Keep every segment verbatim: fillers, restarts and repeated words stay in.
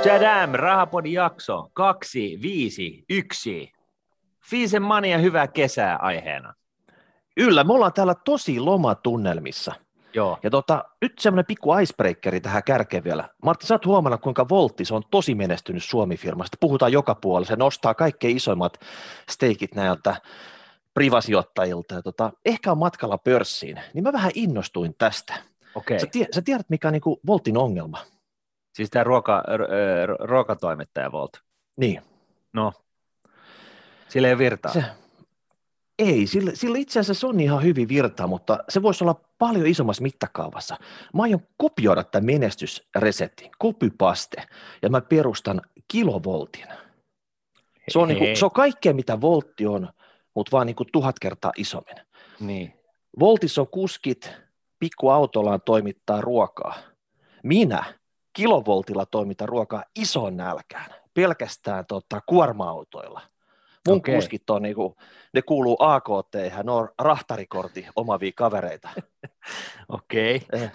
Tadam, Rahapodin jakso kaksi viisi yksi. Fiisen mania hyvää kesää aiheena. Yllä, me ollaan täällä tosi lomatunnelmissa. Joo. Ja tota, nyt semmoinen pikku icebreakeri tähän kärkeen vielä. Martti, sä oot huomannut, kuinka Woltti, se on tosi menestynyt Suomi-firmasta. Puhutaan joka puolella, se nostaa kaikkein isoimmat steikit näiltä privasijoittajilta. Ja tota, ehkä on matkalla pörssiin, niin mä vähän innostuin tästä. Okei. Sä, tie, sä tiedät, mikä on niinku Woltin ongelma? Siis tämä ruoka, r- ruokatoimittaja Wolt. Niin. No, sillä ei virtaa. Se, ei, sillä, sillä itse asiassa on ihan hyvin virtaa, mutta se voisi olla paljon isommassa mittakaavassa. Mä aion kopioida tämän menestysreseptin, copypaste, ja mä perustan kilovoltin. Se on, niinku, se on kaikkea, mitä voltti on, mutta vaan niinku tuhat kertaa isommin. Niin. Voltissa on kuskit, pikkuautollaan toimittaa ruokaa. Minä kilovoltilla toimitan ruokaa ison nälkään, pelkästään tota, kuorma-autoilla. Mun Okei. kuskit on niinku, ne kuuluu A K T, ne on rahtarikortti omavia kavereita. Okei. Okay.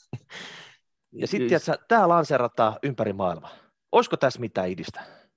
Ja sitten tiedätkö, tää lanseerataan ympäri maailmaa. Olisiko tässä mitään idistä?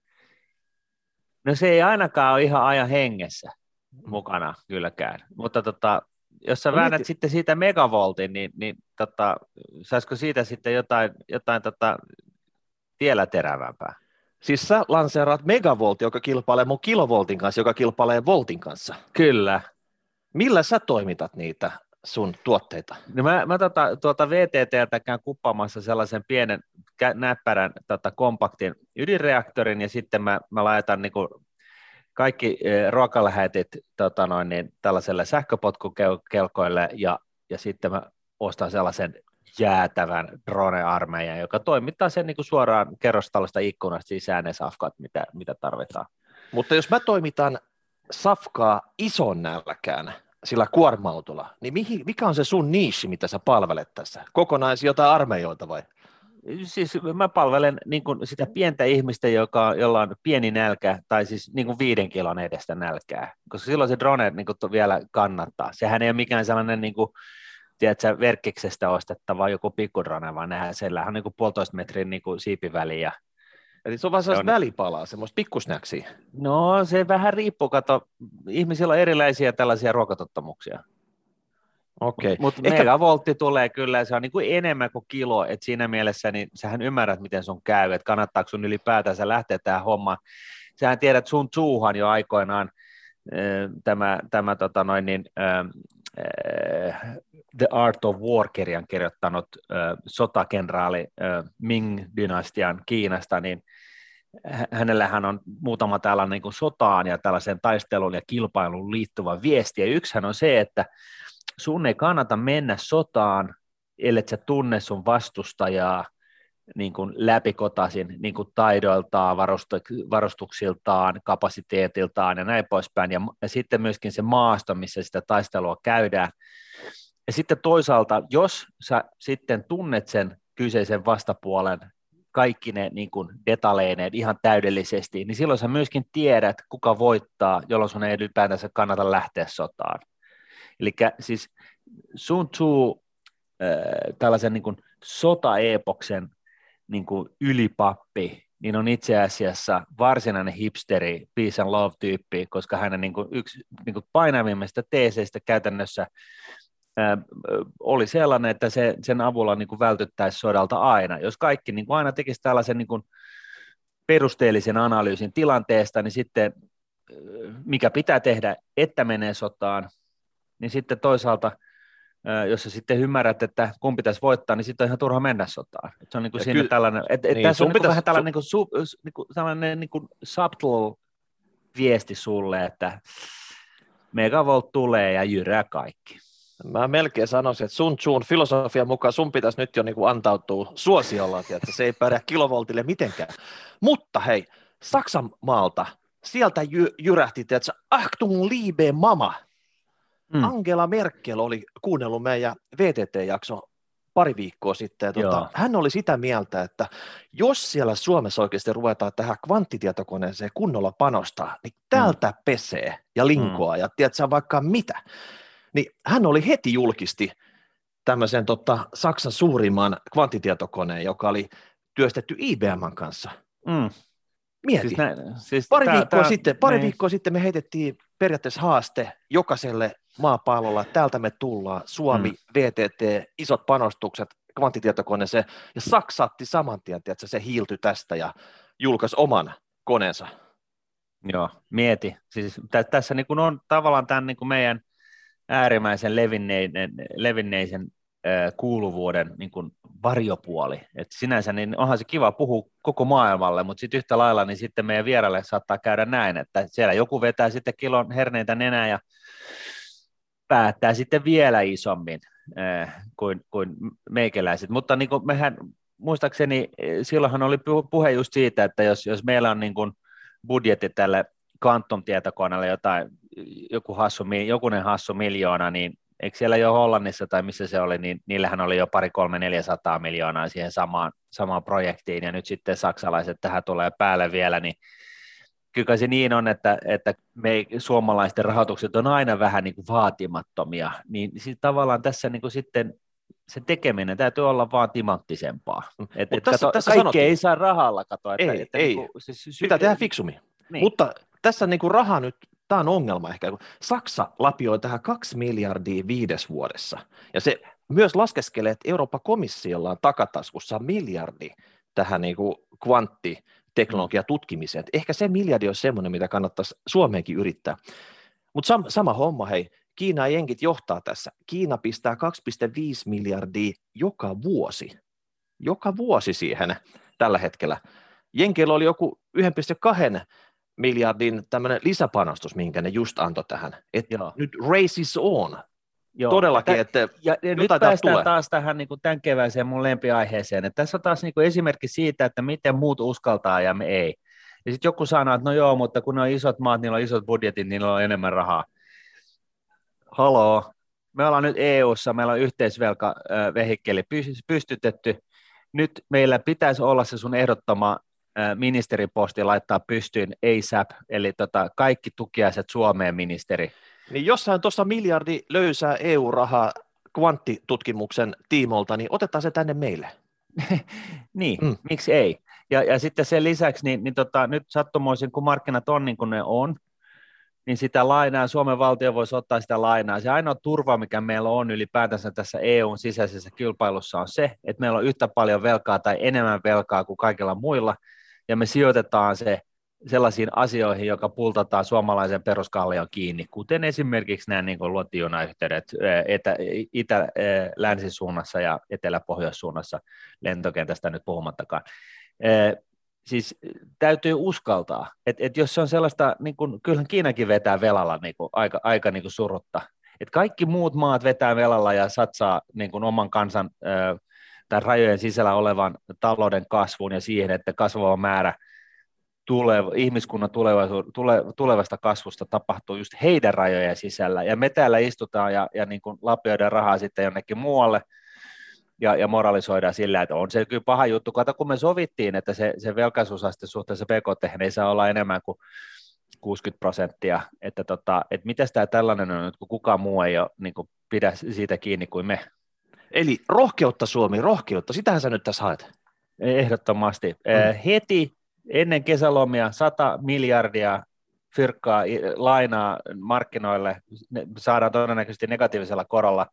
No se ei ainakaan ole ihan ajan hengessä mukana kylläkään, mutta tota, jos sä no väännät mieti... sitten siitä megavoltin, niin, niin tota, saisiko siitä sitten jotain, jotain tota, vielä terävämpää? Siis sä lanseeraat megavoltti, joka kilpailee mun kilovoltin kanssa, joka kilpailee voltin kanssa. Kyllä. Millä sä toimitat niitä sun tuotteita? No mä, mä tota, tuolta V T T:ltä käyn kuppaamassa sellaisen pienen näppärän tota, kompaktin ydinreaktorin, ja sitten mä, mä laitan niinku kaikki e, ruokalähetit tota noin, niin, tällaiselle sähköpotkukelkoille, ja, ja sitten mä ostan sellaisen jäätävän drone-armeijan, joka toimittaa sen niin kuin suoraan kerrostalosta ikkunasta sisään ne safkat, mitä, mitä tarvitaan. Mutta jos mä toimitan safkaa ison nälkään sillä kuorma-autolla, niin mihin, mikä on se sun niishi, mitä sä palvelet tässä? Kokonais jotain armeijoita vai? Siis mä palvelen niin kuin sitä pientä ihmistä, joka, jolla on pieni nälkä, tai siis niin kuin viiden kilon edestä nälkää, koska silloin se drone niin kuin vielä kannattaa. Sehän ei ole mikään sellainen niin kuin tiedätkö, verkkiksestä ostettava joku pikkudrone, vaan nehän siellä on niin kuin puolitoista metrin niin kuin siipiväliä. Eli se on vaan se sellaista on... välipalaa, semmoista pikkusnäksiä. No se vähän riippuu, kato, ihmisillä on erilaisia tällaisia ruokatottamuksia. Okei. Mutta Ehkä... megavoltti tulee kyllä, se on niin kuin enemmän kuin kilo, että siinä mielessä niin sähän ymmärrät, miten sun käy, että kannattaako sun ylipäätänsä lähteä tähän hommaan. Sähän tiedät Sun Tzuhan jo aikoinaan, tämä, tämä tota noin niin, The Art of War-kirjan kirjoittanut sotakenraali Ming-dynastian Kiinasta, niin hänellähän on muutama tällainen niin kuin sotaan ja tällaiseen taisteluun ja kilpailuun liittyvä viesti, ja yksihän on se, että sun ei kannata mennä sotaan, ellet sä tunne sun vastustajaa niin kuin läpikotaisin niin kuin taidoiltaan, varustuksiltaan, kapasiteetiltaan ja näin poispäin, ja, ja sitten myöskin se maasto, missä sitä taistelua käydään. Ja sitten toisaalta, jos sä sitten tunnet sen kyseisen vastapuolen kaikki ne niin kuin detaleineen ihan täydellisesti, niin silloin sä myöskin tiedät, kuka voittaa, jolloin sun ei ylipäätänsä kannata lähteä sotaan. Eli siis Sun Tzu, äh, tällaisen niin kuin sotaepoksen niin kuin ylipappi, niin on itse asiassa varsinainen hipsteri, peace and love-tyyppi, koska hänen niin kuin yksi niin kuin painavimmista teeseistä käytännössä ää, oli sellainen, että se, sen avulla niin kuin vältyttäisiin sodalta aina. Jos kaikki niin kuin aina tekisi tällaisen niin kuin perusteellisen analyysin tilanteesta, niin sitten mikä pitää tehdä, että menee sotaan, niin sitten toisaalta jos sä sitten ymmärrät, että kumpi pitäisi voittaa, niin sitten on ihan turha mennä sotaan. Et se on niin kuin siinä kyllä, tällainen, että niin, tässä on niin pitäisi, vähän tällainen, su- niin kuin, su- niin kuin, tällainen niin kuin subtle viesti sulle, että megavolt tulee ja jyrää kaikki. Mä melkein sanoisin, että Sun Tzun filosofian mukaan sun pitäisi nyt jo niin kuin antautua suosiolla, että se ei pärjää kilovoltille mitenkään. Mutta hei, Saksan maalta, sieltä jy- jyrähti, että Achtung liebe Mama. Mm. Angela Merkel oli kuunnellut meidän V T T-jakson pari viikkoa sitten. Tuota, hän oli sitä mieltä, että jos siellä Suomessa oikeasti ruvetaan tähän kvanttitietokoneeseen kunnolla panostaa, niin täältä mm. pesee ja linkoa mm. ja tiedätkö vaikka mitä. Niin hän oli heti julkisti tämmöisen tota, Saksan suurimman kvanttitietokoneen, joka oli työstetty I B M:n kanssa. Mm. Mieti. Siis näin, siis pari, tää, viikkoa tää, sitten, pari niin. viikkoa sitten me heitettiin periaatteessa haaste jokaiselle maapallolla, täältä me tullaan, Suomi, mm. V T T, isot panostukset kvanttitietokoneeseen, ja saksaatti saman tien, että se hiiltyi tästä ja julkaisi oman koneensa. Joo, mieti. Siis tä, tässä niin kuin on tavallaan tämän niin kuin meidän äärimmäisen levinneisen, levinneisen äh, kuuluvuuden niin kuin varjopuoli. Et sinänsä niin onhan se kiva puhua koko maailmalle, mutta sitten yhtä lailla niin sitten meidän vieraille saattaa käydä näin, että siellä joku vetää sitten kilon herneitä nenään ja päättää sitten vielä isommin äh, kuin, kuin meikäläiset. Mutta niin kuin mehän muistaakseni silloinhan oli puhe just siitä, että jos, jos meillä on niin kuin budjetti tälle Quantum-tietokoneelle jotain, joku hassu, jokunen hassu miljoona, niin eikö siellä jo Hollannissa tai missä se oli, niin niillähän oli jo pari, kolme, neljäsataa miljoonaa siihen samaan, samaan projektiin, ja nyt sitten saksalaiset tähän tulee päälle vielä, niin kyllä se niin on, että, että me suomalaisten rahoitukset on aina vähän niin kuin vaatimattomia, niin siis tavallaan tässä niin kuin sitten se tekeminen täytyy olla vaan timanttisempaa. Et, et tässä, kato, tässä kaikkea sanottiin, ei saa rahalla katoa. Että, ei, että ei. niin kuin, siis, pitää tehdä fiksummin. Niin. Mutta tässä niin kuin raha nyt, tämä on ongelma ehkä, kun Saksa lapioi tähän kaksi miljardia viides vuodessa, ja se myös laskeskelee, että Euroopan komissiolla on takataskussa miljardi tähän niin kuin kvanttiteknologian tutkimiseen. Et ehkä se miljardi olisi semmoinen, mitä kannattaisi Suomeenkin yrittää. Mutta sam- sama homma, hei, Kiina ja jenkit johtaa tässä. Kiina pistää kaksi pilkku viisi miljardia joka vuosi, joka vuosi siihen tällä hetkellä. Jenkeillä oli joku yksi pilkku kaksi miljardin tämmöinen lisäpanostus, minkä ne just antoi tähän. Et nyt race is on. Joo, todellakin, ja, että ja, ja nyt päästään tulee. taas tähän niin kuin tämän kevääseen mun lempiaiheeseen, että tässä on taas niin kuin esimerkki siitä, että miten muut uskaltaa ja me ei. Ja sitten joku sanoo, että no joo, mutta kun ne on isot maat, niillä on isot budjetit, niillä on enemmän rahaa. Haloo, me ollaan nyt E U:ssa, meillä on yhteisvelkavehikkeli pystytetty. Nyt meillä pitäisi olla se sun ehdottama ministeriposti laittaa pystyyn ASAP, eli tota, kaikki tukiaiset Suomeen ministeri. Niin jossain tuossa miljardi löysää E U-rahaa kvanttitutkimuksen tiimolta, niin otetaan se tänne meille. niin, mm. miksi ei? Ja, ja sitten sen lisäksi, niin, niin tota, nyt sattumoisin, kun markkinat on niin kuin ne on, niin sitä lainaa, Suomen valtio voisi ottaa sitä lainaa. Se ainoa turva, mikä meillä on ylipäätänsä tässä E U:n sisäisessä kilpailussa on se, että meillä on yhtä paljon velkaa tai enemmän velkaa kuin kaikilla muilla, ja me sijoitetaan se sellaisiin asioihin, joka pultataan suomalaisen peruskallion kiinni, kuten esimerkiksi nämä niin luotijunayhteydet etä, itä, länsisuunnassa ja etelä-pohjoissuunnassa, lentokentästä nyt puhumattakaan. Siis täytyy uskaltaa, että et jos se on sellaista, niin kun, kyllähän Kiinakin vetää velalla niin kun, aika, aika niin kun surutta, että kaikki muut maat vetää velalla ja satsaa niin kun oman kansan ö, tai rajojen sisällä olevan talouden kasvuun ja siihen, että kasvava määrä tuleva, ihmiskunnan tule, tulevasta kasvusta tapahtuu just heidän rajojen sisällä, ja me täällä istutaan ja, ja niin kun lapioidaan rahaa sitten jonnekin muualle, Ja, ja moralisoidaan sillä, että on se kyllä paha juttu. Kato, kun me sovittiin, että se, se velkaisuusaste suhteessa B K T ei saa olla enemmän kuin kuusikymmentä prosenttia, että, tota, että mitäs tämä tällainen on nyt, kun kukaan muu ei ole niin kuin pidä siitä kiinni kuin me. Eli rohkeutta Suomi, rohkeutta, sitähän sä nyt tässä haet. Ehdottomasti. Mm. Heti ennen kesälomia sata miljardia fyrkkaa lainaa markkinoille, saadaan todennäköisesti negatiivisella korolla,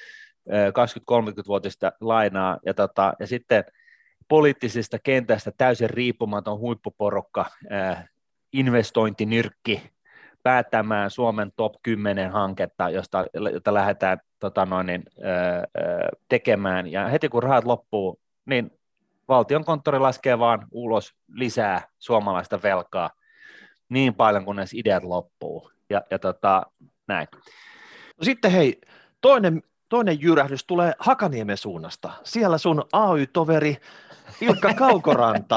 kaksikymmentä-kolmekymmentävuotista lainaa, ja, tota, ja sitten poliittisesta kentästä täysin riippumaton huippuporukka, ää, investointinyrkki, päättämään Suomen top kymmenen hanketta, josta, jota lähdetään tota noin, ää, ää, tekemään, ja heti kun rahat loppuu, niin valtionkonttori laskee vaan ulos lisää suomalaista velkaa niin paljon, kunnes ideat loppuu, ja, ja tota, näin. No sitten hei, toinen Toinen jyrähdys tulee Hakaniemen suunnasta. Siellä sun A Y-toveri Ilkka Kaukoranta,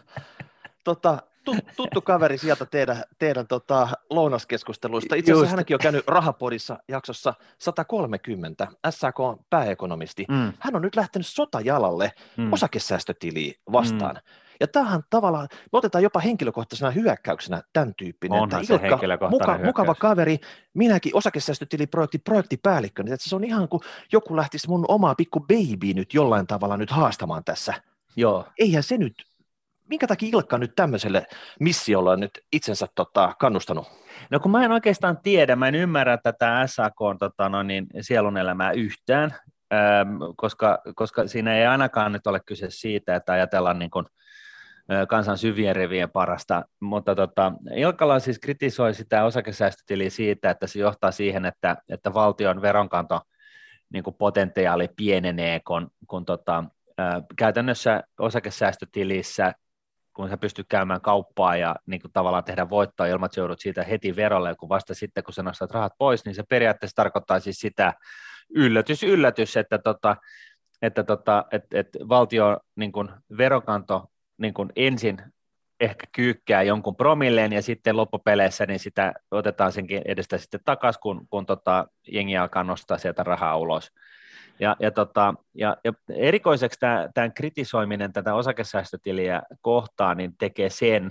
tota, tuttu kaveri sieltä teidän, teidän tota, lounaskeskusteluista. Itse asiassa hänkin on käynyt Rahapodissa jaksossa sata kolmekymmentä, S A K:n pääekonomisti. Mm. Hän on nyt lähtenyt sotajalalle mm. osakesäästötiliä vastaan. Mm. Ja tämähän tavallaan, me otetaan jopa henkilökohtaisena hyökkäyksenä tämän tyyppinen, Onhan että Ilkka, muka, mukava kaveri, minäkin osakesäästötiliprojektin projektipäällikkö, niin että se on ihan kuin joku lähtisi mun omaa pikku baby nyt jollain tavalla nyt haastamaan tässä. Joo. Eihän se nyt minkä takia Ilkka nyt tämmöiselle missiolle on nyt itsensä tota, kannustanut? No kun mä en oikeastaan tiedä, mä en ymmärrä tätä S A K:n tota, no niin, sielunelämää yhtään, ähm, koska, koska siinä ei ainakaan nyt ole kyse siitä, että ajatellaan niin kuin kansan syvien rivien parasta, mutta tota, Ilkala siis kritisoi sitä osakesäästötiliä siitä, että se johtaa siihen, että, että valtion veronkanto niin kuin potentiaali pienenee, kun, kun tota, ää, käytännössä osakesäästötilissä, kun sä pystyt käymään kauppaa ja niin kuin tavallaan tehdä voittoa ilman, että sä joudut siitä heti verolle, kun vasta sitten, kun sä nostat rahat pois, niin se periaatteessa tarkoittaa siis sitä yllätys, yllätys, että, tota, että, tota, että, että valtion niin kuin veronkanto niin kuin ensin ehkä kyykkää jonkun promilleen ja sitten loppupeleissä niin sitä otetaan senkin edestä sitten takaisin, kun, kun tota, jengi alkaa nostaa sieltä rahaa ulos. Ja, ja, tota, ja, ja erikoiseksi tämä, tämän kritisoiminen tätä osakesäästötiliä kohtaan niin tekee sen,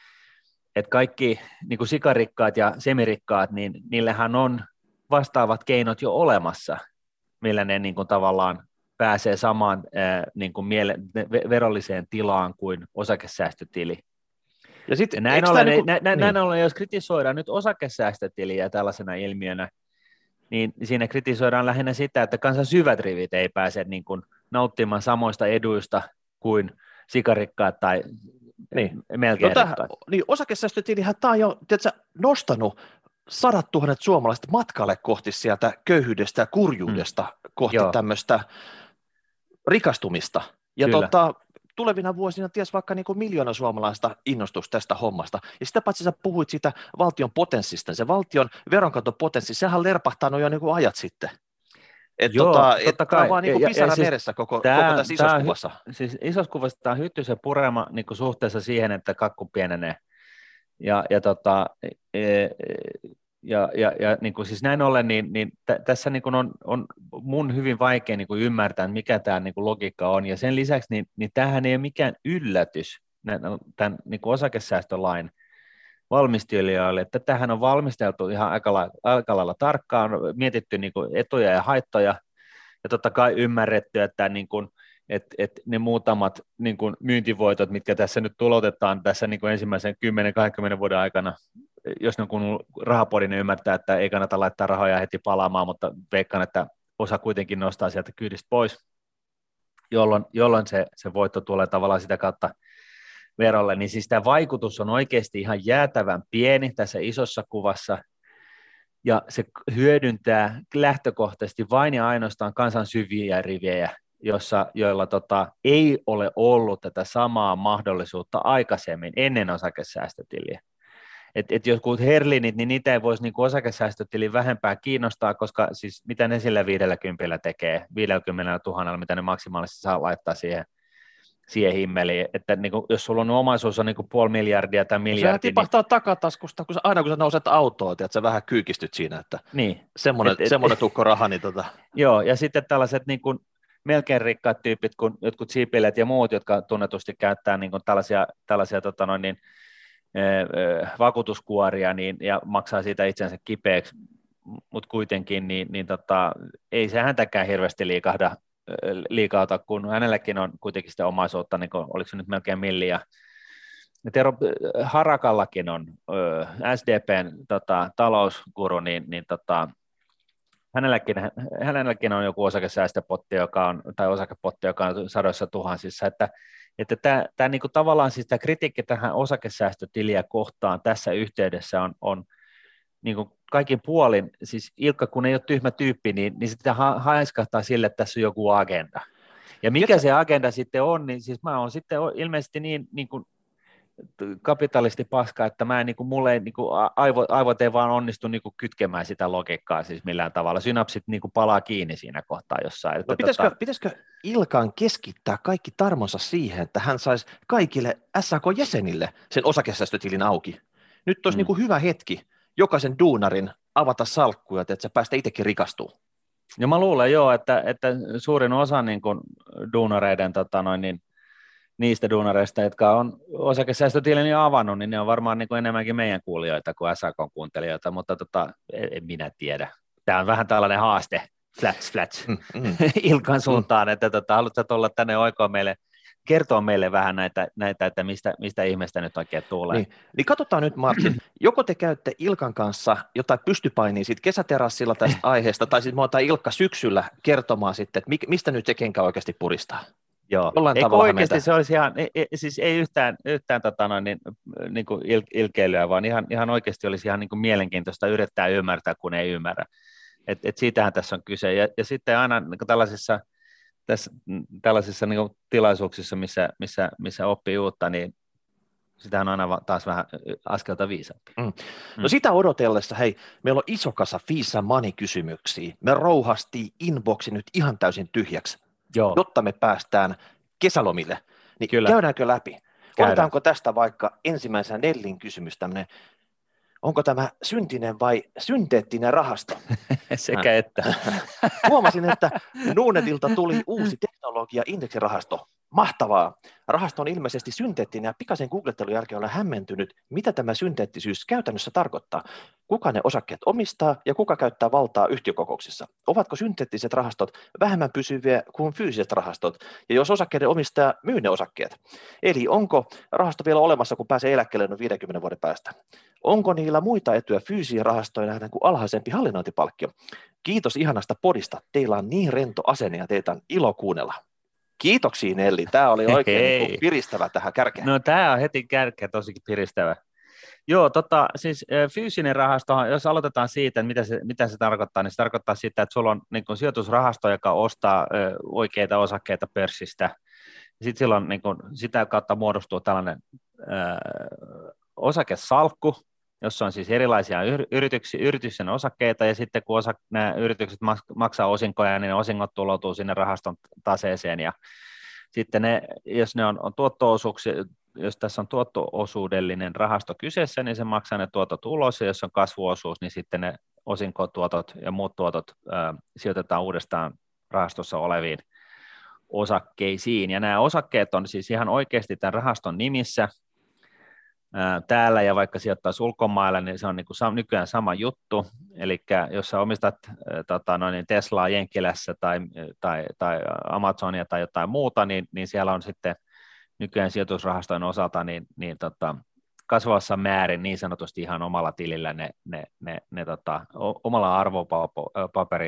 että kaikki niin kuin sikarikkaat ja semirikkaat, niin niillähän on vastaavat keinot jo olemassa, millä ne niin kuin tavallaan pääsee samaan äh, niin kuin miele- verolliseen tilaan kuin osakesäästötili. Ja sit, ja näin, ollen, niin kuin, nä, nä, niin. näin ollen, jos kritisoidaan nyt osakesäästötiliä tällaisena ilmiönä, niin siinä kritisoidaan lähinnä sitä, että kansan syvät rivit ei pääse niin kuin nauttimaan samoista eduista kuin sikarikkaat tai niin. melkein no rikkaat. Niin, osakesäästötilihän tämä on jo tiedätkö, nostanut sadat tuhannet suomalaiset matkalle kohti sieltä köyhyydestä ja kurjuudesta mm. kohti Joo. tämmöistä rikastumista. Ja tota, tulevina vuosina ties vaikka niin kuin miljoona suomalaista innostus tästä hommasta. Ja sitä paitsi sä puhuit siitä valtion potenssista, se valtion veronkantopotenssi, sehän lerpahtaa jo niin kuin ajat sitten. Että tota, et tämä on vaan niin kuin pisara siis meressä koko, tää, koko tässä isossa kuvassa. Siis isossa kuvassa tämä on hyttysen purema niin kuin suhteessa siihen, että kakku pienenee. Ja, ja, tota, e, ja, ja, ja niin kuin siis näin ollen, niin, niin t- tässä niin kuin on, on mun hyvin vaikea niin kuin ymmärtää, mikä tämä niin kuin logiikka on. Ja sen lisäksi, niin, niin tämähän ei ole mikään yllätys tämän niin kuin osakesäästölain valmistelijoille, että tämähän on valmisteltu ihan aika lailla, aika lailla tarkkaan, mietitty niin kuin etuja ja haittoja, ja totta kai ymmärretty, että niin kuin, et, et ne muutamat niin kuin myyntivoitot, mitkä tässä nyt tulotetaan tässä niin kuin ensimmäisen kymmenen kaksikymmentä vuoden aikana, jos ne on kuunnellut rahapodin, niin ymmärtää, että ei kannata laittaa rahoja heti palaamaan, mutta veikkaan, että osa kuitenkin nostaa sieltä kyydistä pois, jolloin, jolloin se, se voitto tulee tavallaan sitä kautta verolle, niin siis tämä vaikutus on oikeasti ihan jäätävän pieni tässä isossa kuvassa, ja se hyödyntää lähtökohtaisesti vain ja ainoastaan kansan syviä rivejä, jossa, joilla tota, ei ole ollut tätä samaa mahdollisuutta aikaisemmin ennen osakesäästötiliä. Et, et jotkut herlinit, niin niitä ei voisi niinku osakesäästötilin vähempää kiinnostaa, koska siis mitä ne sillä viidelläkympillä tekee, viidelläkymmenellä tuhannella, mitä ne maksimaalisesti saa laittaa siihen, siihen himmeliin, että niinku, jos sulla on omaisuus on niinku puoli miljardia tai miljardia. Sehän tipahtaa niin takataskusta, kun sä, aina kun sä nouset autoon, että sä vähän kyykistyt siinä, että niin. semmoinen, et, semmoinen tukko raha. Niin tota. Joo, ja sitten tällaiset niinku melkein rikkaat tyypit, kuin jotkut Sipilet ja muut, jotka tunnetusti käyttää niinku tällaisia, tällaisia tota noin, niin, vakuutuskuoria niin, ja maksaa siitä itsensä kipeäksi, mutta kuitenkin niin, niin tota, ei se häntäkään hirveästi liikahda, liikauta, kun hänelläkin on kuitenkin sitä omaisuutta, niin kuin, oliko se nyt melkein milliä. Tero Harakallakin on S D P:n tota, talouskuru, niin, niin tota, hänelläkin, hänelläkin on joku osakesäästöpotti, joka on, tai osakepotti, joka on sadoissa tuhansissa, että Että tämä, tämä niin kuin tavallaan siis tämä kritiikki tähän osakesäästötiliä kohtaan tässä yhteydessä on, on niin kuin kaikin puolin, siis Ilkka kun ei ole tyhmä tyyppi, niin, niin sitä ha- haiskahtaa sille, että tässä on joku agenda. Ja mikä Jota... se agenda sitten on, niin siis mä oon sitten ilmeisesti niin, niin kuin kapitalisti paska, että mä en, niin kuin, mulle ei, niin kuin aivo, aivot ei vaan onnistu niin kuin kytkemään sitä logiikkaa siis millään tavalla. Synapsit niin kuin palaa kiinni siinä kohtaa jossain. No pitäisikö, tota... pitäisikö Ilkan keskittää kaikki tarmonsa siihen, että hän saisi kaikille S A K-jäsenille sen osakesäästötilin auki? Nyt olisi mm. niin kuin hyvä hetki jokaisen duunarin avata salkkuja, että sä päästä itsekin rikastuu. Ja mä luulen joo, että, että suurin osa niin kuin duunareiden tota noin, niin niistä duunareista, jotka on osakesäästötilin jo avannut, niin ne on varmaan niin kuin enemmänkin meidän kuulijoita kuin S A K-kuuntelijoita, mutta tota, en minä tiedä. Tämä on vähän tällainen haaste, flats, flats, mm, mm. Ilkan suuntaan, että tota, haluatko tulla tänne oikoon meille kertoa meille vähän näitä, näitä että mistä, mistä ihmeestä nyt oikein tulee. Niin, niin katsotaan nyt Martin, joko te käytte Ilkan kanssa jotain pystypainia sit kesäterassilla tästä aiheesta, tai sitten me otetaan Ilkka syksyllä kertomaan sitten, että mistä nyt se kenkä oikeasti puristaa. Joo, jollain eikö tavalla oikeasti meitä... se olisi ihan, ei, ei, siis ei yhtään, yhtään tota noin, niin, niin kuin il, ilkeilyä, vaan ihan, ihan oikeasti olisi ihan niin kuin mielenkiintoista yrittää ymmärtää, kun ei ymmärrä. Et, et siitähän tässä on kyse. Ja, ja sitten aina niin kuin tällaisissa, tässä, tällaisissa niin kuin tilaisuuksissa, missä, missä, missä oppii uutta, niin sitähän on aina taas vähän askelta viisaampi. Mm. No sitä odotellessa, hei, meillä on iso kasa Fisa Money-kysymyksiä. Me rouhastiin inboxi nyt ihan täysin tyhjäksi, Joo. jotta me päästään kesälomille. Niin Kyllä. käydäänkö läpi? Käydään. Otetaanko tästä vaikka ensimmäisenä Nellin kysymys tämmöinen, onko tämä syntinen vai synteettinen rahasto? Sekä että. Huomasin, että Nuunetilta tuli uusi teknologia indeksirahasto. Mahtavaa. Rahasto on ilmeisesti synteettinen ja pikaisen googlettelun jälkeen olen hämmentynyt, mitä tämä synteettisyys käytännössä tarkoittaa. Kuka ne osakkeet omistaa ja kuka käyttää valtaa yhtiökokouksissa? Ovatko synteettiset rahastot vähemmän pysyviä kuin fyysiset rahastot? Ja jos osakkeiden omistaja myy ne osakkeet? Eli onko rahasto vielä olemassa, kun pääsee eläkkeelle noin viidenkymmenen vuoden päästä? Onko niillä muita etuja fyysisiin rahastoja nähdään kuin alhaisempi hallinnointipalkkio? Kiitos ihanasta podista. Teillä on niin rento asenne ja teitä on ilo kuunnella. Kiitoksia Nelli, tämä oli oikein niin piristävä tähän kärkeen. No tämä on heti kärkeä tosikin piristävä. Joo, tota, siis fyysinen rahasto, jos aloitetaan siitä, että mitä se, mitä se tarkoittaa, niin se tarkoittaa sitä, että sulla on niin kuin sijoitusrahasto, joka ostaa ö, oikeita osakkeita pörssistä. Sitten silloin niin kuin, sitä kautta muodostuu tällainen ö, osakesalkku, jossa on siis erilaisia yrityksiä, yritysten osakkeita, ja sitten kun osa, nämä yritykset maksaa osinkoja, niin ne osingot tuloutuu sinne rahaston taseeseen, ja sitten ne, jos ne on, on tuotto-osuuksia, jos tässä on tuotto-osuudellinen rahasto kyseessä, niin se maksaa ne tuotot ulos, ja jos on kasvuosuus, niin sitten ne osinkotuotot ja muut tuotot ää, sijoitetaan uudestaan rahastossa oleviin osakkeisiin, ja nämä osakkeet on siis ihan oikeasti tämän rahaston nimissä, täällä ja vaikka sijoittaisi ulkomaille, niin se on niin kuin nykyään sama juttu, eli jos sä omistat äh, tota, noin Teslaa Jenkkilässä tai, tai, tai Amazonia tai jotain muuta, niin, niin siellä on sitten nykyään sijoitusrahastojen osalta niin, niin tota, kasvavassa määrin niin sanotusti ihan omalla tilillä ne, ne, ne, ne tota, omalla arvopaperi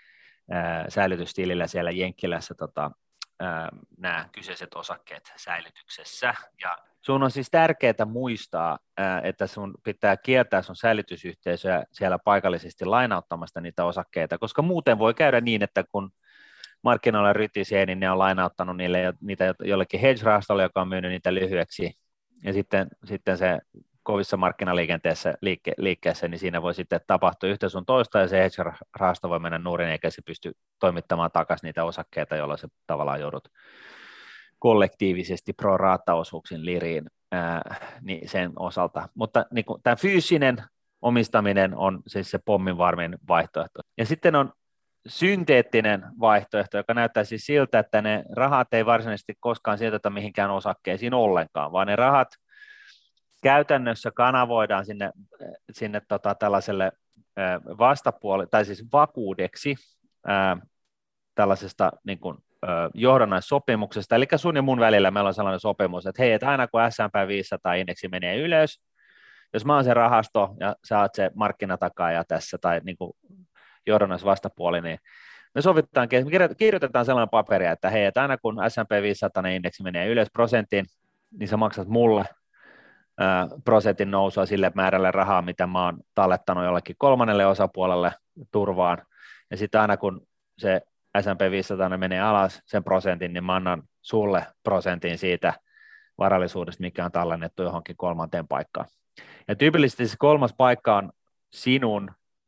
äh, säilytystilillä siellä Jenkkilässä tota, äh, nämä kyseiset osakkeet säilytyksessä, ja sun on siis tärkeää muistaa, että sun pitää kieltää sun säilytysyhteisöä siellä paikallisesti lainauttamasta niitä osakkeita, koska muuten voi käydä niin, että kun markkinoilla rytisee, niin ne on lainauttanut niille, niitä jollekin hedge-rahastolle, joka on myynyt niitä lyhyeksi, ja sitten, sitten se kovissa markkinaliikenteessä liikke, liikkeessä, niin siinä voi sitten tapahtua yhtä sun toista, ja se hedge-rahasto voi mennä nurin, eikä se pysty toimittamaan takaisin niitä osakkeita, jolloin se tavallaan joudut kollektiivisesti pro rata-osuuksin liriin ää, niin sen osalta. Mutta niin kuin, tämä fyysinen omistaminen on siis se pommin varmin vaihtoehto. Ja sitten on synteettinen vaihtoehto, joka näyttää siis siltä, että ne rahat ei varsinaisesti koskaan sijoiteta mihinkään osakkeisiin ollenkaan, vaan ne rahat käytännössä kanavoidaan sinne, sinne tota, tällaiselle ää, vastapuolelle, tai siis vakuudeksi ää, tällaisesta niin kuin, johdannaissopimuksesta, eli sun ja mun välillä meillä on sellainen sopimus, että hei, että aina kun S and P viisisataa-indeksi menee ylös, jos mä oon se rahasto ja sä oot se markkinatakaaja tässä tai niin kuin johdannaisvastapuoli, niin me sovitaan, me kirjoitetaan sellainen paperi, että hei, että aina kun S and P viisisataa-indeksi menee ylös prosentin, niin sä maksat mulle ää, prosentin nousua sille määrälle rahaa, mitä mä oon tallettanut jollekin kolmannelle osapuolelle turvaan, ja sitten aina kun se S and P viisisataa menee alas sen prosentin, niin mä annan sulle prosentin siitä varallisuudesta, mikä on tallennettu johonkin kolmanteen paikkaan. Ja tyypillisesti se kolmas paikka on sinun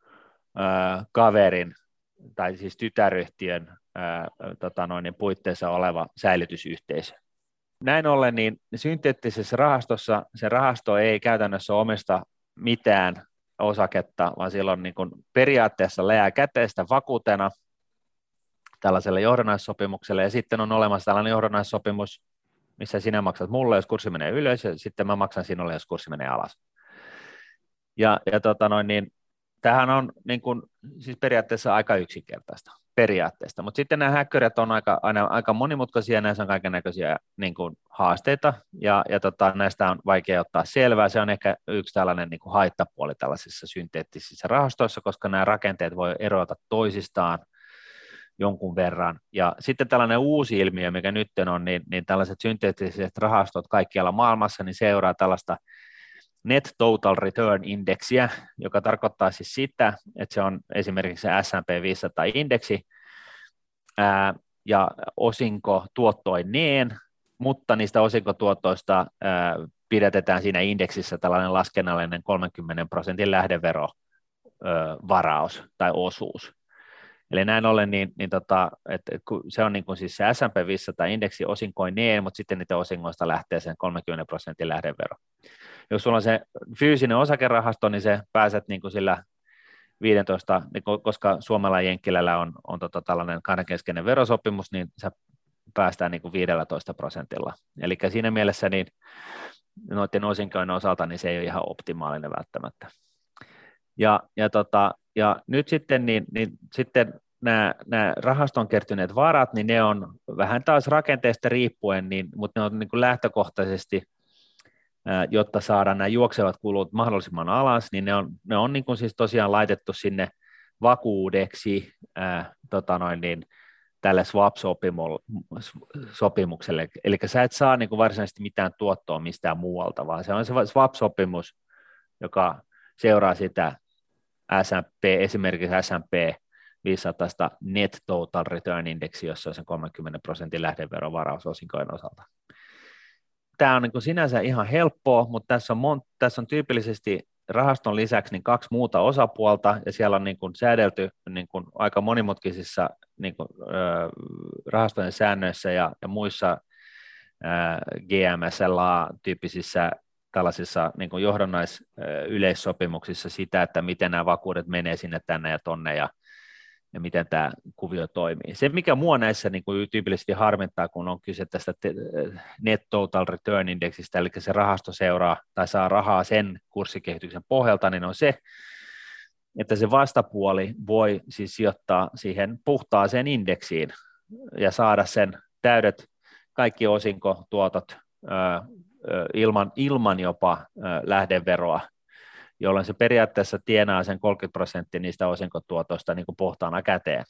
äh, kaverin tai siis tytäryhtiön äh, tota noin, puitteissa oleva säilytysyhteisö. Näin ollen niin synteettisessä rahastossa se rahasto ei käytännössä omista mitään osaketta, vaan silloin niin kuin periaatteessa leää käteistä vakuutena tällaiselle johdannaissopimukselle, ja sitten on olemassa tällainen johdannaissopimus, missä sinä maksat mulle, jos kurssi menee ylös, ja sitten mä maksan sinulle, jos kurssi menee alas. Ja, ja tota noin, niin, tämähän on niin kuin, siis periaatteessa aika yksinkertaista. periaatteesta, mutta sitten nämä häkkörit on aika, aina, aika monimutkaisia, näissä on kaikennäköisiä niin kuin, haasteita, ja, ja tota, näistä on vaikea ottaa selvää, se on ehkä yksi tällainen niin kuin haittapuoli tällaisissa synteettisissä rahastoissa, koska nämä rakenteet voi erota toisistaan jonkun verran, ja sitten tällainen uusi ilmiö, mikä nyt on, niin, niin tällaiset synteettiset rahastot kaikkialla maailmassa, niin seuraa tällaista Net Total Return Indexiä, joka tarkoittaa siis sitä, että se on esimerkiksi se S and P viisisataa-indeksi ää, ja osinko tuottoineen, mutta niistä osinkotuotoista ää, pidätetään siinä indeksissä tällainen laskennallinen kolmenkymmenen prosentin lähdeverovaraus tai osuus. Eli näin ollen, niin, niin tota, että se on niin kuin siis se S and P viisisataa-indeksi osinkoineen, mutta sitten niitä osingoista lähtee sen kolmenkymmenen prosentin lähdevero. Jos sulla on se fyysinen osakerahasto, niin se pääset niin kuin sillä viisitoista, niin koska Suomella ja Jenkkilällä on, on tota tällainen kahdenkeskeinen verosopimus, niin sä päästään niin kuin viisitoista prosentilla. Eli siinä mielessä niin noiden osinkojen osalta niin se ei ole ihan optimaalinen välttämättä. Ja, ja, tota, ja nyt sitten, niin, niin sitten nämä, nämä rahaston kertyneet varat, niin ne on vähän taas rakenteesta riippuen, niin, mutta ne on niin kuin lähtökohtaisesti, jotta saadaan nämä juoksevat kulut mahdollisimman alas, niin ne on, ne on niin kuin siis tosiaan laitettu sinne vakuudeksi ää, tota noin niin, tälle swap-sopimukselle. Eli sä et saa niin kuin varsinaisesti mitään tuottoa mistään muualta, vaan se on se swap-sopimus, joka seuraa sitä S and P, esimerkiksi S and P viisisataa Net Total Return Index, jossa on sen kolmenkymmenen prosentin lähdeverovaraus osinkojen osalta. Tämä on niin kuin sinänsä ihan helppoa, mutta tässä on, mon, tässä on tyypillisesti rahaston lisäksi niin kaksi muuta osapuolta, ja siellä on niin kuin säädelty niin kuin aika monimutkaisissa niin kuin, äh, rahastojen säännöissä ja, ja muissa äh, G M S L A-tyyppisissä tällaisissa niin kuin johdonnaisyleissopimuksissa sitä, että miten nämä vakuudet menee sinne tänne ja tonne, ja ja miten tämä kuvio toimii. Se, mikä mua näissä niin kuin tyypillisesti harmittaa, kun on kyse tästä Net Total Return Indexistä, eli se rahasto seuraa tai saa rahaa sen kurssikehityksen pohjalta, niin on se, että se vastapuoli voi siis sijoittaa siihen puhtaaseen indeksiin ja saada sen täydet kaikki osinkotuotot ilman, ilman jopa lähdeveroa, jolloin se periaatteessa tienaa sen kolmekymmentä prosenttia niistä osinkotuotoista niin kuin puhtaana käteen.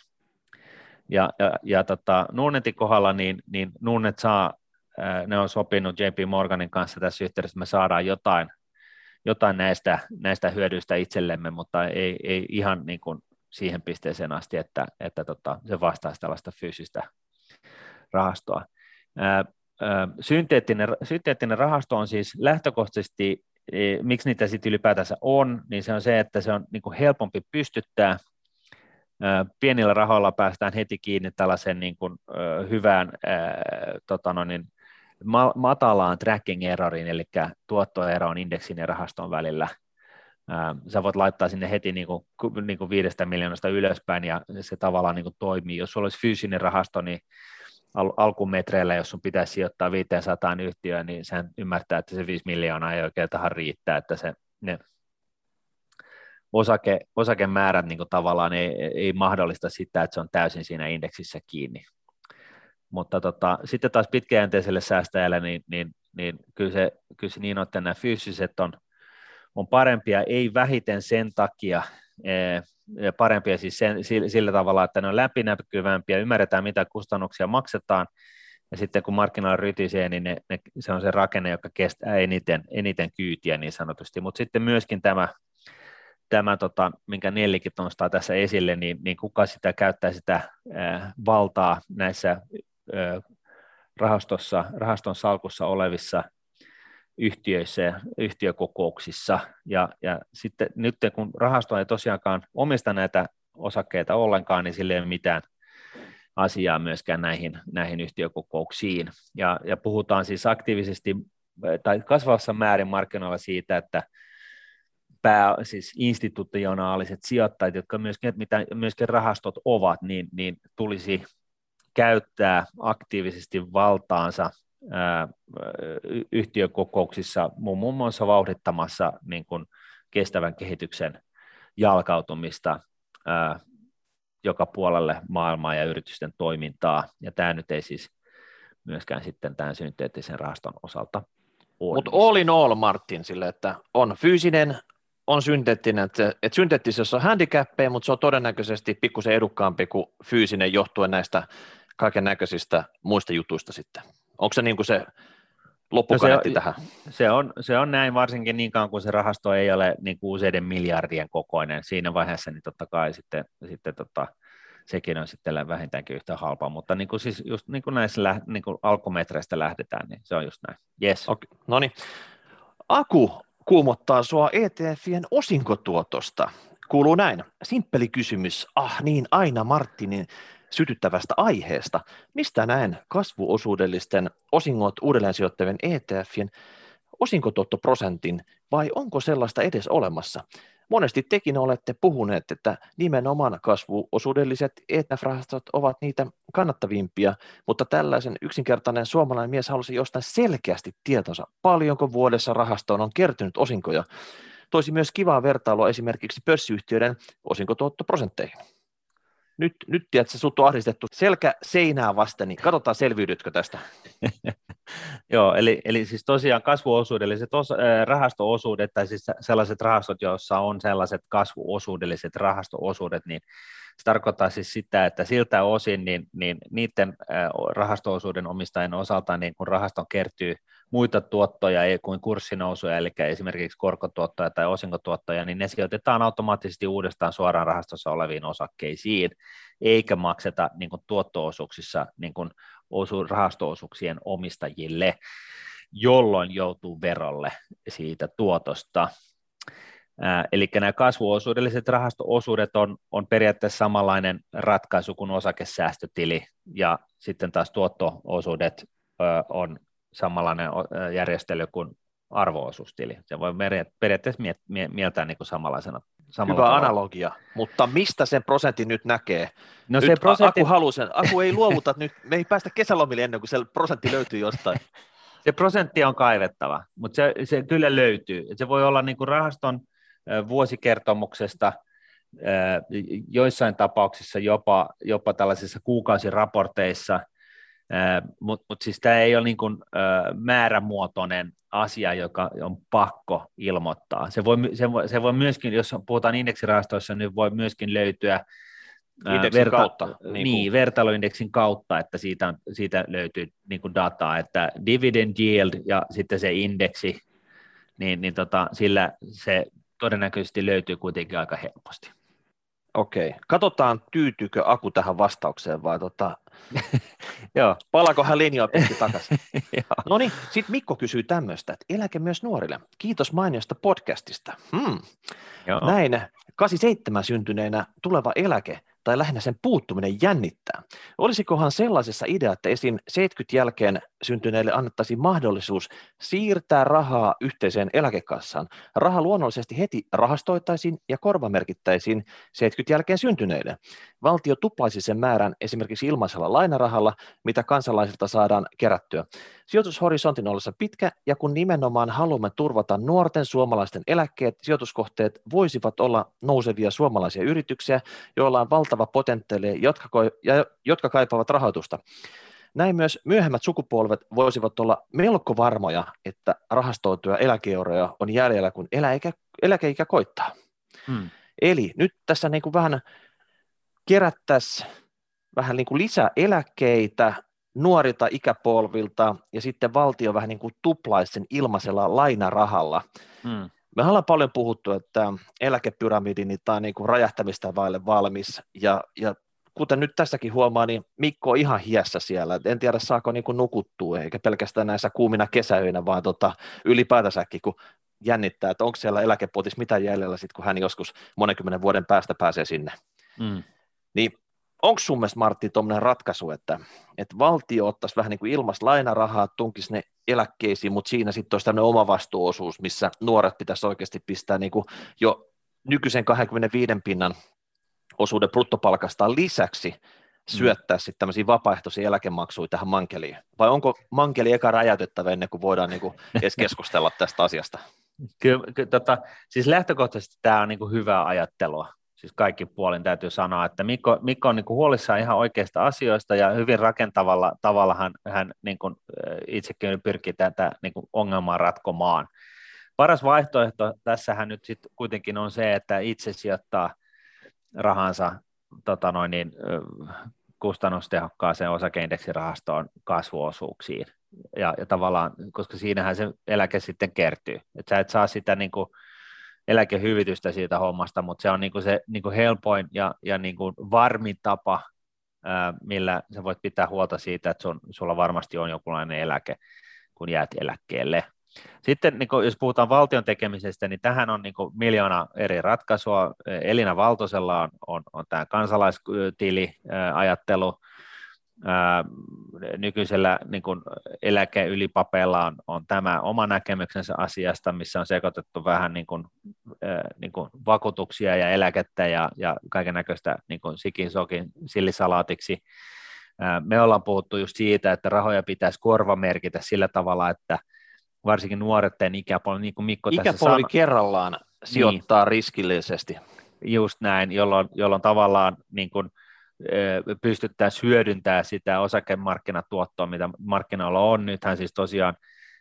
Ja, ja, ja tota, Nordnetin kohdalla, niin, niin Nordnet saa, ää, ne on sopinut J P Morganin kanssa tässä yhteydessä, että me saadaan jotain, jotain näistä, näistä hyödyistä itsellemme, mutta ei, ei ihan niin kuin siihen pisteeseen asti, että, että tota, se vastaisi tällaista fyysistä rahastoa. Ää, ää, synteettinen, synteettinen rahasto on siis lähtökohtaisesti, miksi niitä sitten ylipäätänsä on, niin se on se, että se on niin kuin helpompi pystyttää. Pienillä rahoilla päästään heti kiinni tällaisen niin kuin hyvään tota no niin, matalaan tracking erroriin, eli tuottoeroon indeksin ja rahaston välillä. Sä voit laittaa sinne heti niin kuin, niin kuin viidestä miljoonasta ylöspäin, ja se tavallaan niin kuin toimii. Jos sulla olisi fyysinen rahasto, niin al- alkumetreillä, jos sun pitäisi sijoittaa viisisataa yhtiöön, niin sehän ymmärtää, että se viisi miljoonaa ei oikein tähän riittää, että se, ne osake, osakemäärät niin kuin tavallaan ei, ei mahdollista sitä, että se on täysin siinä indeksissä kiinni. Mutta tota, sitten taas pitkäjänteiselle säästäjälle, niin, niin, niin kyllä, se, kyllä se niin on, että nämä fyysiset on, on parempia, ei vähiten sen takia, ja parempia siis sen, sillä tavalla, että ne on läpinäkyvämpiä, ymmärretään mitä kustannuksia maksetaan, ja sitten kun markkinoilla rytisee, niin ne, ne, se on se rakenne, joka kestää eniten, eniten kyytiä niin sanotusti, mutta sitten myöskin tämä, tämä tota, minkä Nellikin nostaa tässä esille, niin, niin kuka sitä käyttää sitä ää, valtaa näissä ää, rahastossa, rahaston salkussa olevissa yhtiöissä ja yhtiökokouksissa, ja, ja sitten nyt kun rahasto ei tosiaankaan omista näitä osakkeita ollenkaan, niin sillä ei ole mitään asiaa myöskään näihin, näihin yhtiökokouksiin, ja, ja puhutaan siis aktiivisesti tai kasvavassa määrin markkinoilla siitä, että pää, siis institutionaaliset sijoittajat, jotka myöskin, mitä myöskin rahastot ovat, niin, niin tulisi käyttää aktiivisesti valtaansa ää, yhtiökokouksissa muun muassa vauhdittamassa niin kuin kestävän kehityksen jalkautumista ää, joka puolelle maailmaa ja yritysten toimintaa, ja tämä nyt ei siis myöskään sitten tämän synteettisen rahaston osalta ole. Mutta all in all, Martin, sille, että on fyysinen, on synteettinen, että, että synteettisessä on handicappeja, mutta se on todennäköisesti pikkusen edukkaampi kuin fyysinen johtuen näistä kaiken näköisistä muista jutuista sitten. Onko se niin kuin se loppukaneetti no tähän? Se on, se on näin, varsinkin niin kauan kuin se rahasto ei ole niin kuin useiden miljardien kokoinen. Siinä vaiheessa niin totta kai sitten, sitten tota, sekin on sitten vähintäänkin yhtä halpaa, mutta niin kuin siis just niin kuin näissä niin kuin alkumetreistä lähdetään, niin se on just näin. Yes. Okay. No niin. Aku kuumottaa sua E T F:ien osinkotuotosta. Kuuluu näin. Simppeli kysymys. Ah niin, aina Martinin sytyttävästä aiheesta. Mistä näen kasvuosuudellisten osingot uudelleen sijoittavien E T F:ien osinkotuottoprosentin, vai onko sellaista edes olemassa? Monesti tekin olette puhuneet, että nimenomaan kasvuosuudelliset E T F-rahastot ovat niitä kannattavimpia, mutta tällaisen yksinkertainen suomalainen mies halusi jostain selkeästi tietonsa, paljonko vuodessa rahastoon on kertynyt osinkoja. Toisi myös kivaa vertailua esimerkiksi pörssiyhtiöiden osinkotuottoprosentteihin. Nyt, nyt tiedätkö, sut on ahdistettu selkä seinää vasten, niin katsotaan selviydytkö tästä. Joo, eli, eli siis tosiaan kasvuosuudelliset os, äh, rahasto-osuudet, tai siis sellaiset rahastot, joissa on sellaiset kasvuosuudelliset rahasto-osuudet, niin se tarkoittaa siis sitä, että siltä osin niin, niin niiden äh, rahasto-osuuden omistajien osalta, niin kun rahaston kertyy muita tuottoja ei kuin kurssinousuja, eli esimerkiksi korkotuottoja tai osinkotuottoja, niin ne sijoitetaan automaattisesti uudestaan suoraan rahastossa oleviin osakkeisiin, eikä makseta niin kuin tuotto-osuuksissa niin kuin osu, rahasto-osuuksien omistajille, jolloin joutuu verolle siitä tuotosta. Ää, eli nämä kasvuosuudelliset rahasto-osuudet on, on periaatteessa samanlainen ratkaisu kuin osakesäästötili, ja sitten taas tuotto-osuudet ö, on samanlainen järjestely kuin arvo-osuustili. Se voi periaatteessa mieltää niin kuin samanlaisena. Hyvä tavalla. Analogia, mutta mistä sen prosentin nyt näkee? No nyt se prosentti... Aku haluaa sen. Aku ei luovuta nyt, me ei päästä kesälomille ennen kuin se prosentti löytyy jostain. Se prosentti on kaivettava, mutta se, se kyllä löytyy. Se voi olla niin kuin rahaston vuosikertomuksesta, joissain tapauksissa jopa, jopa tällaisissa kuukausiraporteissa, mutta mut siis tämä ei ole niin kuin, määrämuotoinen asia, joka on pakko ilmoittaa. Se voi, se voi, se voi myöskin, jos puhutaan indeksirahastoissa, niin voi myöskin löytyä indeksin verta, kautta. Niin, niin vertailuindeksin kautta, että siitä, siitä löytyy niin kuin dataa, että dividend yield ja sitten se indeksi, niin, niin tota, sillä se todennäköisesti löytyy kuitenkin aika helposti. Okei, katsotaan tyytyykö Aku tähän vastaukseen vai tota, palaako hän linjaa pitkin takaisin. No niin, sitten Mikko kysyy tämmöistä, että eläke myös nuorille. Kiitos mainiosta podcastista. Hmm. Näin kahdeksankymmentäseitsemän syntyneenä tuleva eläke tai lähinnä sen puuttuminen jännittää. Olisikohan sellaisessa idea, että esim. seitsemänkymmentä jälkeen syntyneille annettaisiin mahdollisuus siirtää rahaa yhteiseen eläkekassaan. Raha luonnollisesti heti rahastoitaisiin ja korvamerkittäisiin seitsemänkymmentä jälkeen syntyneille. Valtio tuplaisi sen määrän esimerkiksi ilmaisella lainarahalla, mitä kansalaisilta saadaan kerättyä. Sijoitushorisontin ollessa pitkä, ja kun nimenomaan haluamme turvata nuorten suomalaisten eläkkeet, sijoituskohteet voisivat olla nousevia suomalaisia yrityksiä, joilla on valtava potentiaali, jotka, ja, jotka kaipaavat rahoitusta. Näin myös myöhemmät sukupolvet voisivat olla melko varmoja, että rahastoituja eläkeeuroja on jäljellä, kun eläke, eläkeikä koittaa. Hmm. Eli nyt tässä niin kuin vähän kerättäisiin vähän niin kuin lisää eläkkeitä nuorilta ikäpolvilta, ja sitten valtio vähän niin kuin tuplaisi sen ilmaisella lainarahalla. Hmm. Me ollaan paljon puhuttu, että eläkepyramidi niin tämä on niin kuin räjähtämistä vaille valmis, ja, ja kuten nyt tässäkin huomaa, niin Mikko on ihan hiessä siellä. En tiedä, saako niin kuin nukuttua, eikä pelkästään näissä kuumina kesäöinä, vaan tota, ylipäätänsäkin, kun jännittää, että onko siellä eläkepotissa mitä jäljellä, sit, kun hän joskus monenkymmenen vuoden päästä pääsee sinne. Mm. Niin onko sun mielestä, Martti, tuommoinen ratkaisu, että, että valtio ottaisi vähän niin kuin ilmaista lainarahaa, tunkisi ne eläkkeisiin, mutta siinä sitten olisi tämmöinen oma vastuuosuus, missä nuoret pitäisi oikeasti pistää niin kuin jo nykyisen kaksikymmentäviisi pinnan osuuden bruttopalkastaan lisäksi syöttää mm. sitten tämmöisiä vapaaehtoisia eläkemaksuja tähän mankeliin? Vai onko mankeli eka räjäytettävä ennen kuin voidaan niin kuin edes keskustella tästä asiasta? Kyllä, ky, tota, siis lähtökohtaisesti tämä on niin kuin hyvää ajattelua. siis kaikki puolin täytyy sanoa, että Mikko, Mikko on niin kuin huolissaan ihan oikeista asioista ja hyvin rakentavalla tavalla hän, hän niin kuin itsekin pyrkii tätä niin kuin ongelmaa ratkomaan. Paras vaihtoehto tässähän nyt sitten kuitenkin on se, että itse sijoittaa rahansa tota noin niin, kustannustehokkaaseen osakeindeksirahastoon kasvuosuuksiin. Ja, ja tavallaan, koska siinähän se eläke sitten kertyy. Että sä et saa sitä niin kuin eläkehyvitystä siitä hommasta, mutta se on niin kuin se niin kuin helpoin ja, ja niin kuin varmin tapa, ää, millä sä voit pitää huolta siitä, että sun, sulla varmasti on jokinlainen eläke, kun jäät eläkkeelle. Sitten niin kuin, jos puhutaan valtion tekemisestä, niin tähän on niin kuin miljoona eri ratkaisua. Elina Valtosella on, on, on tämä kansalaistili-ajattelu. Ää, nykyisellä niin kuin eläkeylipapeilla on, on tämä oma näkemyksensä asiasta, missä on sekoitettu vähän niin kuin, ää, niin kuin vakuutuksia ja eläkettä ja, ja kaiken näköistä niin kuin sikin sokin sillisalaatiksi. Ää, me ollaan puhuttu just siitä, että rahoja pitäisi korvamerkitä sillä tavalla, että varsinkin nuorten ikäpolvi, niin kuin Mikko Ikäpolvi tässä sanoi. kerrallaan sijoittaa niin, riskillisesti. Just näin, jolloin, jolloin tavallaan niin kuin, pystyttäisiin hyödyntämään sitä osakemarkkinatuottoa, mitä markkinoilla on. Nythän siis tosiaan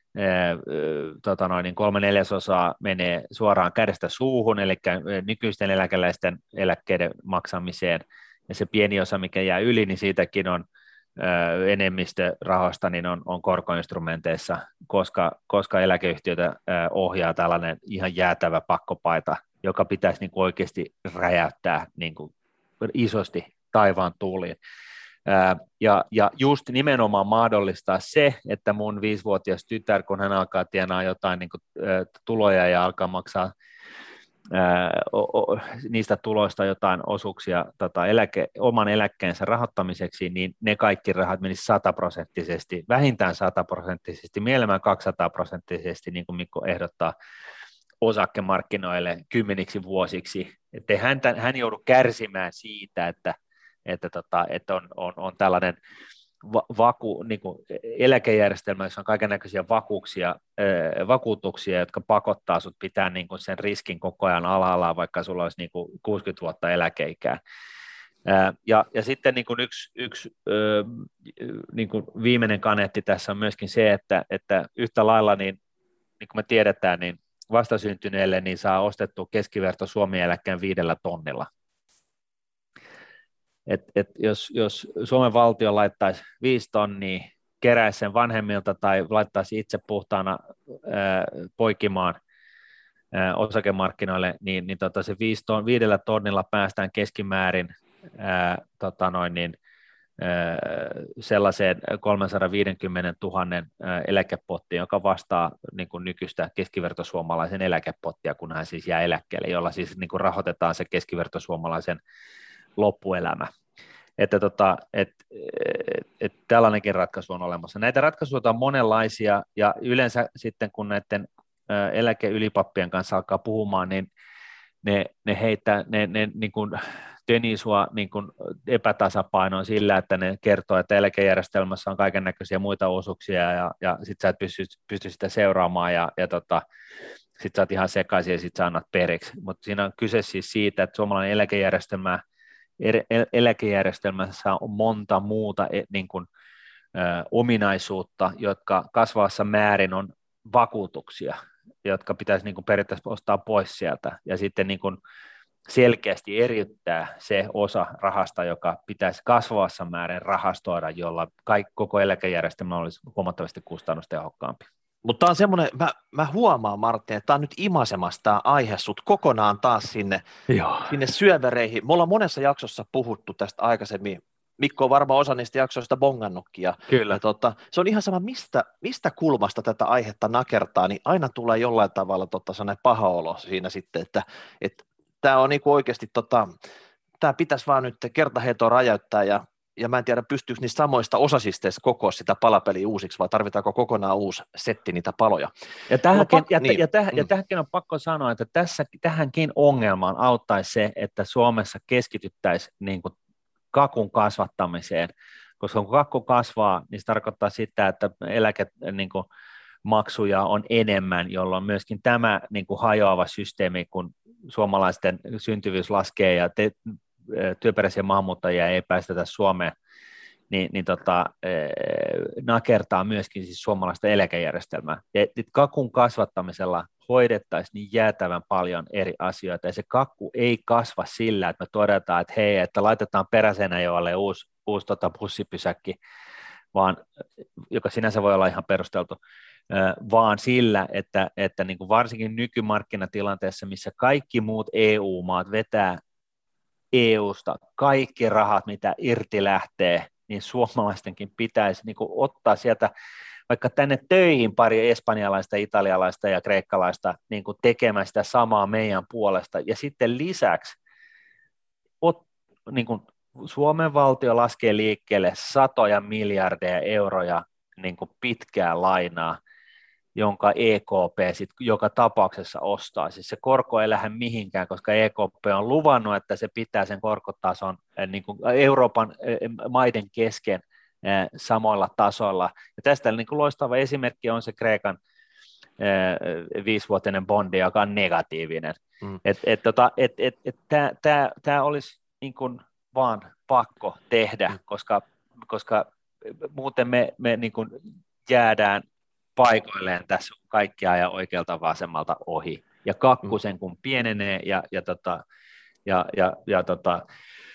tota noin, niin kolme neljäsosaa menee suoraan kädestä suuhun, eli nykyisten eläkeläisten eläkkeiden maksamiseen, ja se pieni osa, mikä jää yli, niin siitäkin on enemmistö rahoista niin on, on korkoinstrumenteissa, koska, koska eläkeyhtiötä ohjaa tällainen ihan jäätävä pakkopaita, joka pitäisi niin kuin oikeasti räjäyttää niin kuin isosti taivaan tuuliin. Ja, ja just nimenomaan mahdollistaa se, että mun viisivuotias tytär, kun hän alkaa tienaa jotain niin kuin, tuloja ja alkaa maksaa ää, o, o, niistä tuloista jotain osuuksia tota, eläke, oman eläkkeensä rahoittamiseksi, niin ne kaikki rahat menisivät sataprosenttisesti, vähintään sataprosenttisesti, mielellään kaksisataa-prosenttisesti, niin kuin Mikko ehdottaa, osakemarkkinoille kymmeniksi vuosiksi, ettei hän, hän joudu kärsimään siitä, että, että, tota, että on, on, on tällainen va, vaku, niin kuin eläkejärjestelmä, jossa on kaikennäköisiä vakuuksia, äh, vakuutuksia, jotka pakottaa sut pitää niin kuin sen riskin koko ajan alhaalla, vaikka sulla olisi niin kuin kuusikymmentä vuotta eläkeikää. Äh, ja, ja sitten niin kuin yksi, yksi äh, niin kuin viimeinen kaneetti tässä on myöskin se, että, että yhtä lailla, niin, niin kuin me tiedetään, niin vastasyntyneelle niin saa ostettua keskiverto Suomi-eläkkeen viidellä tonnilla. Et, et jos, jos Suomen valtio laittaisi viisi tonnia, keräisi sen vanhemmilta tai laittaisi itse puhtaana ää, poikimaan ää, osakemarkkinoille, niin, niin tota se viisi ton, viidellä tonnilla päästään keskimäärin ää, tota noin niin, sellaiseen kolmesataaviisikymmentätuhatta eläkepottiin, joka vastaa niin kuin nykyistä keskivertosuomalaisen eläkepottia, kun hän siis jää eläkkeelle, jolla siis niin kuin rahoitetaan se keskivertosuomalaisen loppuelämä. Että tota, et, et, et tällainenkin ratkaisu on olemassa. Näitä ratkaisuja on monenlaisia, ja yleensä sitten kun näiden eläkeylipappien kanssa alkaa puhumaan, niin ne, ne heittää, ne, ne niin kuin tönii sua niin kuin epätasapainoon sillä, että ne kertoo, että eläkejärjestelmässä on kaiken näköisiä muita osuuksia, ja, ja sit sä et pysty, pysty sitä seuraamaan, ja, ja tota, sit sä oot ihan sekaisin, ja sit sä annat periksi. Mutta siinä on kyse siis siitä, että suomalainen eläkejärjestelmä, eläkejärjestelmässä on monta muuta niin kuin, ö, ominaisuutta, jotka kasvavassa määrin on vakuutuksia, jotka pitäisi niin kuin periaatteessa ostaa pois sieltä, ja sitten niin kuin selkeästi eriyttää se osa rahasta, joka pitäisi kasvavassa määrin rahastoida, jolla kaikki, koko eläkejärjestelmä olisi huomattavasti kustannustehokkaampi. Mutta tämä on semmoinen, mä, mä huomaan Martin, että tämä on nyt imasemassa tämä aihe sut kokonaan taas sinne, sinne syövereihin. Me ollaan monessa jaksossa puhuttu tästä aikaisemmin. Mikko on varmaan osa niistä jaksoista bongannutkin. Ja, Kyllä. Ja tota, se on ihan sama, mistä, mistä kulmasta tätä aihetta nakertaa, niin aina tulee jollain tavalla tota, sellainen paha olo siinä sitten, että, että tämä on niinku oikeasti, tota, tämä pitäisi vaan nyt kertaheitoa räjäyttää, ja, ja mä en tiedä, pystyykö niistä samoista osasisteista kokoa sitä palapeliä uusiksi, vai tarvitaanko kokonaan uusi setti niitä paloja. Ja tähänkin, pakko, ja, niin. ja, täh, ja tähänkin on pakko sanoa, että tässä, tähänkin ongelmaan auttaisi se, että Suomessa keskityttäisiin niin kuin kakun kasvattamiseen, koska kun kakku kasvaa, niin se tarkoittaa sitä, että eläke niin kuin maksuja on enemmän, jolloin myöskin tämä niin kuin hajoava systeemi, kun suomalaisten syntyvyys laskee ja te, työperäisiä maahanmuuttajia ei päästetä Suomeen, niin, niin tota, nakertaa myöskin siis suomalaista eläkejärjestelmää. Ja kakun kasvattamisella hoidettaisiin niin jäätävän paljon eri asioita, ja se kakku ei kasva sillä, että me todetaan, että hei, että laitetaan Peräseinäjoelle uusi, uusi tota bussipysäkki, vaan, joka sinänsä voi olla ihan perusteltu, vaan sillä, että, että niin kuin varsinkin nykymarkkinatilanteessa, missä kaikki muut E U-maat vetää E U:sta kaikki rahat, mitä irti lähtee, niin suomalaistenkin pitäisi niin kuin ottaa sieltä vaikka tänne töihin pari espanjalaista, italialaista ja kreikkalaista niin kuin tekemään sitä samaa meidän puolesta. Ja sitten lisäksi ot, niin kuin Suomen valtio laskee liikkeelle satoja miljardeja euroja niin kuin pitkää lainaa, jonka E K P sit joka tapauksessa ostaa. Siis se korko ei lähde mihinkään, koska E K P on luvannut, että se pitää sen korkotason niin kuin Euroopan maiden kesken samoilla tasoilla. Ja tästä niin kuin loistava esimerkki on se Kreikan viisivuotinen bondi, joka on negatiivinen. Mm. Tämä olisi niin kuin vaan pakko tehdä, mm. koska, koska muuten me, me niin kuin jäädään paikoilleen tässä kaikkia ja oikealta vasemmalta ohi. Ja kakku sen kun pienenee ja, ja, tota, ja, ja, ja tota,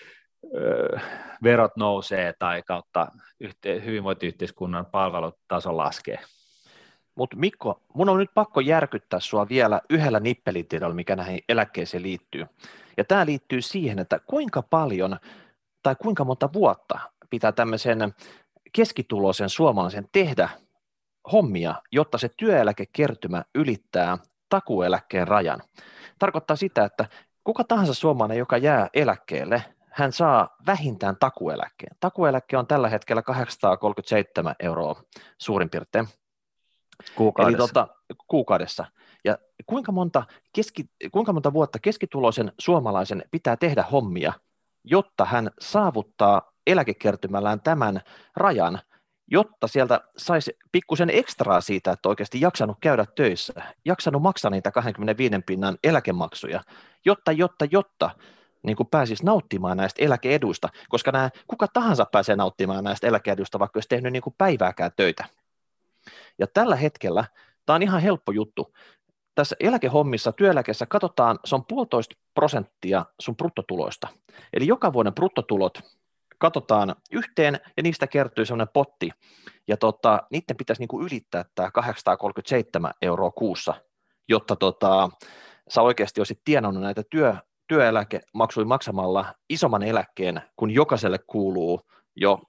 ö, verot nousee tai kautta yhte, hyvinvointiyhteiskunnan palvelutaso laskee. Mutta Mikko, mun on nyt pakko järkyttää sua vielä yhdellä nippelitiedolla, mikä näihin eläkkeeseen liittyy. Ja tämä liittyy siihen, että kuinka paljon tai kuinka monta vuotta pitää tämmöisen keskituloisen suomalaisen tehdä hommia, jotta se työeläkekertymä ylittää takuueläkkeen rajan. Tarkoittaa sitä, että kuka tahansa suomalainen, joka jää eläkkeelle, hän saa vähintään takuueläkkeen. Takuueläke on tällä hetkellä kahdeksansataakolmekymmentäseitsemän euroa suurin piirtein. Kuukaudessa. Eli tuota, kuukaudessa. Ja kuinka monta, keski, kuinka monta vuotta keskituloisen suomalaisen pitää tehdä hommia, jotta hän saavuttaa eläkekertymällään tämän rajan, jotta sieltä saisi pikkusen ekstraa siitä, että oikeasti jaksanut käydä töissä, jaksanut maksaa niitä kaksikymmentäviisi pinnan eläkemaksuja, jotta, jotta, jotta niin kuin pääsisi nauttimaan näistä eläkeeduista, koska nämä, kuka tahansa pääsee nauttimaan näistä eläkeeduista, vaikka olisi tehnyt niin kuin päivääkään töitä. Ja tällä hetkellä, tämä on ihan helppo juttu, tässä eläkehommissa, työeläkeessä katsotaan, se on puolitoista prosenttia sun bruttotuloista. Eli joka vuoden bruttotulot katsotaan yhteen ja niistä kertyy sellainen potti, ja tota, niiden pitäisi niinku ylittää tämä kahdeksansataakolmekymmentäseitsemän euroa kuussa, jotta tota, sä oikeasti olisit tienannut näitä työ, työeläkemaksuja maksamalla isomman eläkkeen, kun jokaiselle kuuluu jo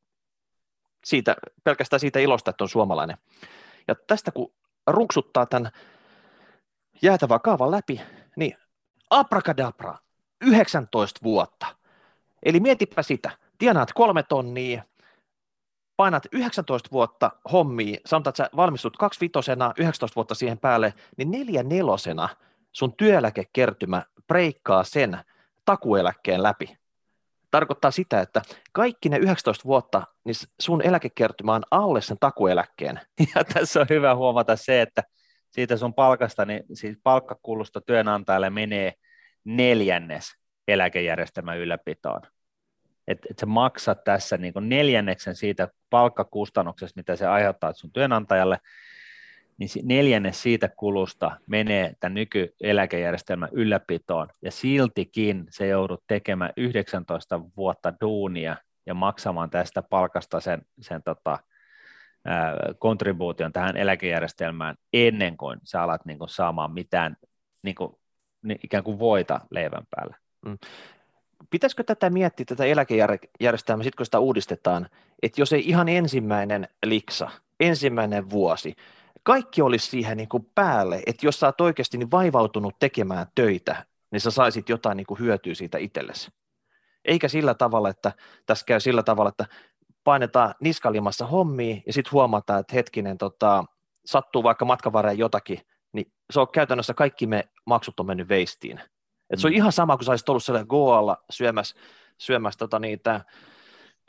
siitä, pelkästään siitä ilosta, että on suomalainen. Ja tästä kun runksuttaa tämän jäätävän kaavan läpi, niin abrakadabra, yhdeksäntoista vuotta. Eli mietipä sitä, tienaat kolme tonnia, painat yhdeksäntoista vuotta hommia, sanotaan, että sä valmistut kaksivitosena, yhdeksäntoista vuotta siihen päälle, niin neljä nelosena sun työeläkekertymä breikkaa sen takueläkkeen läpi. Tarkoittaa sitä, että kaikki ne yhdeksäntoista vuotta, niin sun eläkekertymä on alle sen takueläkkeen. Ja tässä on hyvä huomata se, että siitä sun palkasta, niin siitä palkkakulusta työnantajalle menee neljännes eläkejärjestelmän ylläpitoon. Että et sä maksat tässä niin kuin neljänneksen siitä palkkakustannuksesta, mitä se aiheuttaa sun työnantajalle, niin neljännes siitä kulusta menee tämän nykyeläkejärjestelmän ylläpitoon, ja siltikin se joudut tekemään yhdeksäntoista vuotta duunia ja maksamaan tästä palkasta sen, sen tota, ää, kontribuution tähän eläkejärjestelmään ennen kuin sä alat niin kuin saamaan mitään niin kuin, niin ikään kuin voita leivän päällä. Mm. Pitäisikö tätä miettiä, tätä eläkejärjestelmää, sitten kun sitä uudistetaan, että jos ei ihan ensimmäinen liksa, ensimmäinen vuosi, kaikki olisi siihen niin kuin päälle, että jos sä oot oikeasti niin vaivautunut tekemään töitä, niin sä saisit jotain niin kuin hyötyä siitä itsellesi. Eikä sillä tavalla, että tässä käy sillä tavalla, että painetaan niskalimassa hommia ja sitten huomataan, että hetkinen, tota, sattuu vaikka matkan varrella jotakin, niin se on käytännössä kaikki me maksut on mennyt veistiin. Et se on ihan sama, kun sä olisit ollut siellä Goalla syömässä, syömässä tota niitä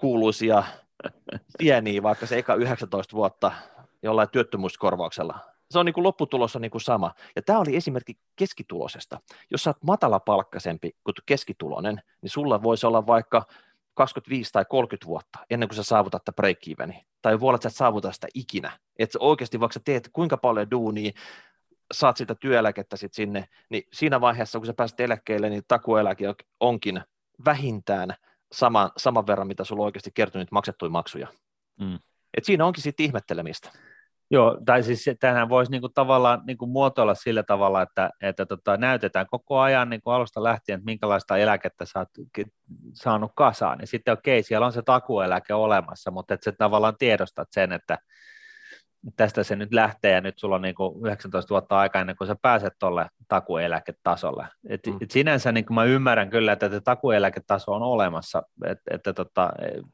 kuuluisia sieniä, vaikka se eka yhdeksäntoista vuotta jollain työttömyyskorvauksella. se on niin kuin lopputulos on niin kuin sama. Ja tämä oli esimerkki keskituloisesta. Jos sä oot matalapalkkaisempi kuin keskituloinen, niin sulla voisi olla vaikka kaksikymmentäviisi tai kolmekymmentä vuotta ennen kuin sä saavutat tätä break-eveni. Tai voi olla, että sä et saavuta sitä ikinä. Että oikeasti vaikka sä teet kuinka paljon duunia, saat sitä työeläkettä sit sinne, niin siinä vaiheessa, kun sä pääset eläkkeelle, niin takueläke onkin vähintään sama, saman verran, mitä sulla on oikeasti kertynyt maksettuja maksuja. Mm. Et siinä onkin sitten ihmettelemistä. Joo, tai siis tämähän voisi niinku tavallaan niinku muotoilla sillä tavalla, että, että tota, näytetään koko ajan niinku alusta lähtien, että minkälaista eläkettä sä oot saanut kasaan, ja sitten okei, okay, siellä on se takueläke olemassa, mutta että sä tavallaan tiedostat sen, että tästä se nyt lähtee, ja nyt sulla on niinku yhdeksäntoista vuotta aikaa ennen kuin sä pääset tuolle takueläketasolle. Et, mm. et sinänsä niin mä ymmärrän kyllä, että takueläketaso on olemassa, että, että tota,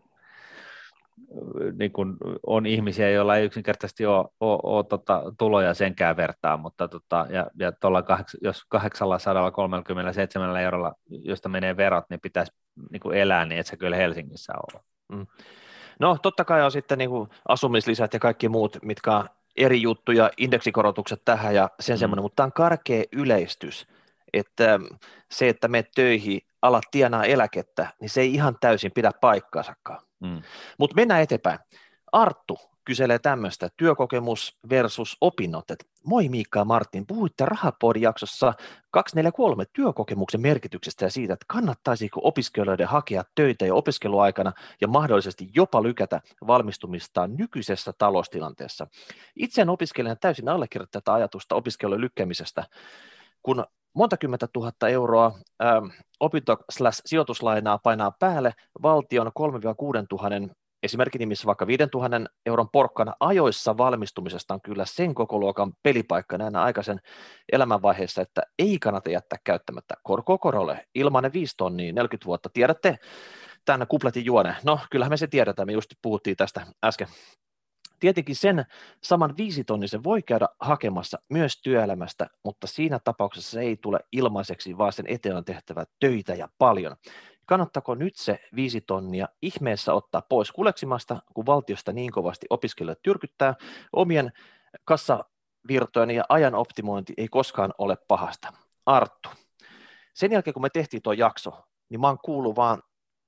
niin kun on ihmisiä, joilla ei yksinkertaisesti ole, ole, ole tota, tuloja senkään vertaan, mutta tota, ja, ja tuolla kaheks, jos kahdeksansataakolmekymmentäseitsemän eurolla, josta menee verot, niin pitäisi niin kuin elää niin, että se kyllä Helsingissä on. Mm. No totta kai on sitten niin kuin asumislisät ja kaikki muut, mitkä on eri juttuja, indeksikorotukset tähän ja sen mm. semmoinen, mutta tämä on karkea yleistys, että se, että menet töihin, alat tienaa eläkettä, niin se ei ihan täysin pidä paikkaansakaan. Mm. Mutta mennään eteenpäin. Arttu kyselee tämmöistä, työkokemus versus opinnot. Et moi Miikka ja Martin, puhuitte Rahapod-jaksossa kaksisataaneljäkymmentäkolme työkokemuksen merkityksestä ja siitä, että kannattaisiko opiskelijoiden hakea töitä jo opiskeluaikana ja mahdollisesti jopa lykätä valmistumistaan nykyisessä taloustilanteessa. Itse en opiskelijana täysin allekirjoittaa tätä ajatusta opiskelujen lykkäämisestä, kun monta kymmentä tuhatta euroa ähm, opinto-sijoituslainaa painaa päälle valtion kolme kuusi tuhannen, esimerkiksi nimissä vaikka viisituhatta euron porkkana ajoissa valmistumisesta on kyllä sen koko luokan pelipaikka näinä aikaisen elämänvaiheessa, että ei kannata jättää käyttämättä korkoa korolle, ilmainen viisi tonnia, neljäkymmentä vuotta, tiedätte tämän kupletin juone, no kyllähän me se tiedetään, me just puhuttiin tästä äsken. Tietenkin sen saman viisitonnisen voi käydä hakemassa myös työelämästä, mutta siinä tapauksessa se ei tule ilmaiseksi, vaan sen eteen on tehtävä töitä ja paljon. Kannattaako nyt se viisi tonnia ihmeessä ottaa pois kuleksimasta, kun valtiosta niin kovasti opiskelijat tyrkyttää? Omien kassavirtojen ja ajan optimointi ei koskaan ole pahasta. Arttu, sen jälkeen kun me tehtiin tuo jakso, niin mä oon kuullut vaan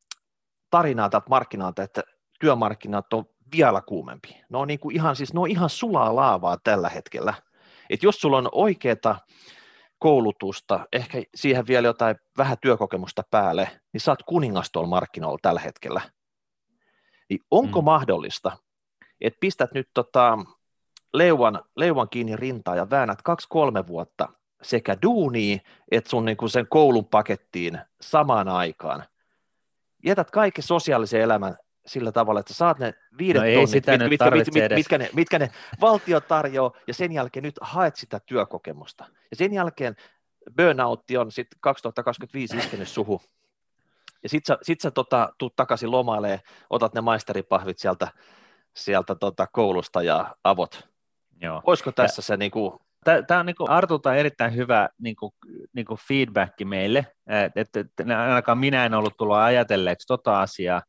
tarinaa tältä markkinalta, että työmarkkinat on vielä kuumempi. Ne on, niin kuin ihan, siis ne on ihan sulaa laavaa tällä hetkellä. Et jos sulla on oikeaa koulutusta, ehkä siihen vielä jotain vähän työkokemusta päälle, niin sä oot kuningas tuolla markkinoilla tällä hetkellä. Niin onko mm. mahdollista, että pistät nyt tota leuan, leuan kiinni rintaan ja väännät kaksi-kolme vuotta sekä duunia, että sun niin kuin sen koulun pakettiin samaan aikaan. Jätät kaikki sosiaalisen elämän sillä tavalla, että saat ne viidet no tonnit, mitkä, mitkä, mitkä, mitkä, ne, mitkä ne valtio tarjoaa, ja sen jälkeen nyt haet sitä työkokemusta. Ja sen jälkeen burnoutti on sitten kaksituhattakaksikymmentäviisi iskenyt suhu. Ja sit sä, sit sä tota, tuut takaisin lomailemaan, otat ne maisteripahvit sieltä, sieltä tota koulusta ja avot. Joo. Olisiko tässä ja se niinku... Tämä on niinku Artulta erittäin hyvä niinku, niinku feedback meille, että et, et, ainakaan minä en ollut tullut ajatelleeksi tota asiaa.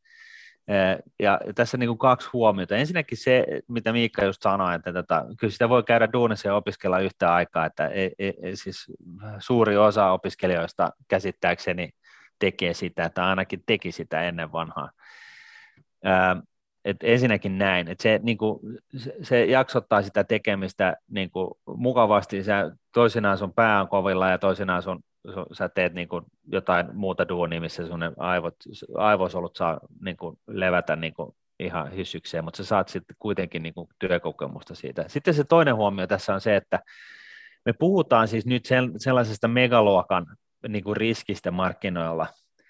Ja tässä niin kuin kaksi huomiota. Ensinnäkin se, mitä Miikka just sanoi, että tätä, kyllä sitä voi käydä duunissa ja opiskella yhtä aikaa, että ei, ei, siis suuri osa opiskelijoista käsittääkseni tekee sitä, että ainakin teki sitä ennen vanhaa. Ää, et ensinnäkin näin, että se, niin kuin, se, se jaksottaa sitä tekemistä niin kuin mukavasti, sä, toisinaan sun pää on kovilla ja toisinaan sun sä teet niin kuin jotain muuta duunia, missä sun aivot, aivosolut saa niin kuin levätä niin kuin ihan hyssykseen, mutta sä saat sitten kuitenkin niin kuin työkokemusta siitä. Sitten se toinen huomio tässä on se, että me puhutaan siis nyt sellaisesta megaluokan niin kuin riskistä markkinoilla,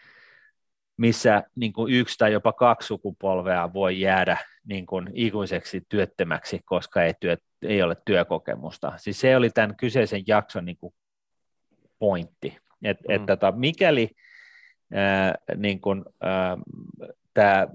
missä niin kuin yksi tai jopa kaksi sukupolvea voi jäädä niin kuin ikuiseksi työttömäksi, koska ei, työ, ei ole työkokemusta. Siis se oli tämän kyseisen jakson niin kuin pointti, Et, mm. että tota, mikäli ää, niin kun, ää, tämä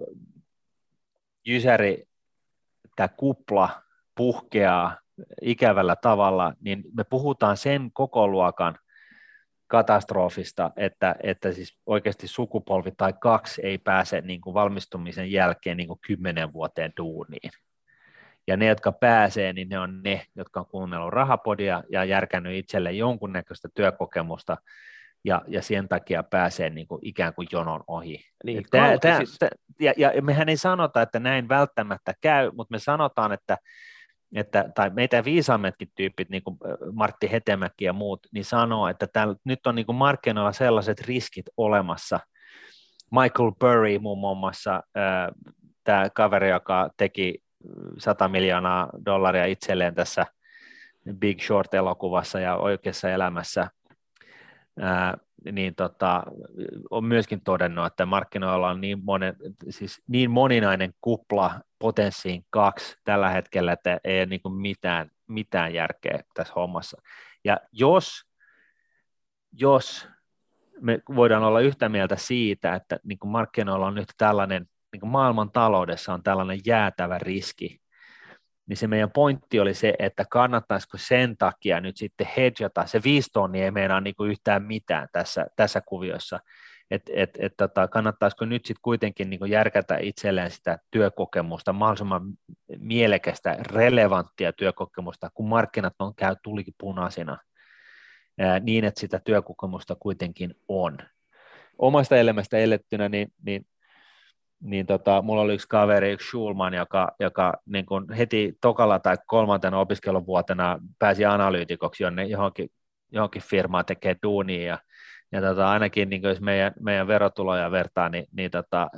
jysäri, tämä kupla puhkeaa ikävällä tavalla, niin me puhutaan sen koko luokan katastrofista, että, että siis oikeasti sukupolvi tai kaksi ei pääse niin kuin valmistumisen jälkeen niin kuin kymmenen vuoteen duuniin. ja ne, jotka pääsee, niin ne on ne, jotka on kuunnellut Rahapodia ja järkännyt itselleen jonkunnäköistä työkokemusta, ja, ja sen takia pääsee niin kuin ikään kuin jonon ohi. Niin, tää, tää, siis... tää, ja, ja mehän ei sanota, että näin välttämättä käy, mutta me sanotaan, että, että tai meitä viisaammatkin tyypit, niin kuin Martti Hetemäki ja muut, niin sanoo, että täällä, nyt on niin kuin markkinoilla sellaiset riskit olemassa. Michael Burry muun muassa, tämä kaveri, joka teki sata miljoonaa dollaria itselleen tässä Big Short-elokuvassa ja oikeassa elämässä, ää, niin tota, on myöskin todennut, että markkinoilla on niin, monen, siis niin moninainen kupla potenssiin kaksi tällä hetkellä, että ei ole niin kuin mitään, mitään järkeä tässä hommassa. Ja jos, jos me voidaan olla yhtä mieltä siitä, että niin kuin markkinoilla on nyt tällainen, niin kuin maailman taloudessa on tällainen jäätävä riski, niin se meidän pointti oli se, että kannattaisiko sen takia nyt sitten hedgata, se viisi tonnia ei meinaa niin kuin yhtään mitään tässä, tässä kuviossa, että et, et, tota, kannattaisiko nyt sitten kuitenkin niin kuin järkätä itselleen sitä työkokemusta, mahdollisimman mielekästä, relevanttia työkokemusta, kun markkinat on käy tulikin punaisina, ää, niin että sitä työkokemusta kuitenkin on. Omasta elämästä elettynä, niin, niin niin tota, mulla oli yksi kaveri, yksi Schulman, joka, joka niin kun heti tokalla tai kolmantena opiskeluvuotena pääsi analyytikoksi jonne johonkin, johonkin firmaan tekee duunia, ja, ja tota, ainakin niin jos meidän, meidän verotuloja vertaa, niin, niin tota,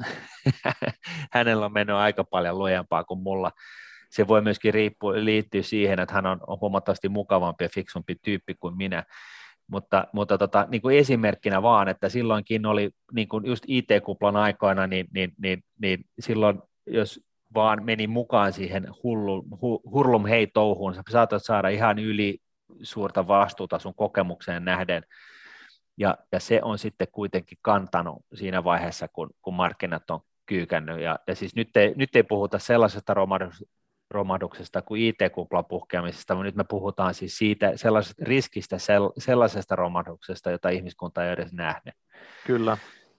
hänellä on mennyt aika paljon lujempaa kuin mulla. Se voi myöskin riippua, liittyä siihen, että hän on, on huomattavasti mukavampi ja fiksumpi tyyppi kuin minä. Mutta, mutta tota, niin kuin esimerkkinä vaan, että silloinkin oli niin kuin just I T-kuplan aikoina, niin, niin, niin, niin silloin jos vaan meni mukaan siihen hullu, hu, hurlum hei touhuun, sä saatat saada ihan yli suurta vastuuta sun kokemukseen nähden, ja, ja se on sitten kuitenkin kantanut siinä vaiheessa, kun, kun markkinat on kyykännyt, ja, ja siis nyt ei, nyt ei puhuta sellaisesta romahduksesta kuin I T-kuplan puhkeamisesta, mutta nyt me puhutaan siis siitä sellaisesta riskistä, sellaisesta romahduksesta, jota ihmiskunta ei edes nähnyt. Kyllä.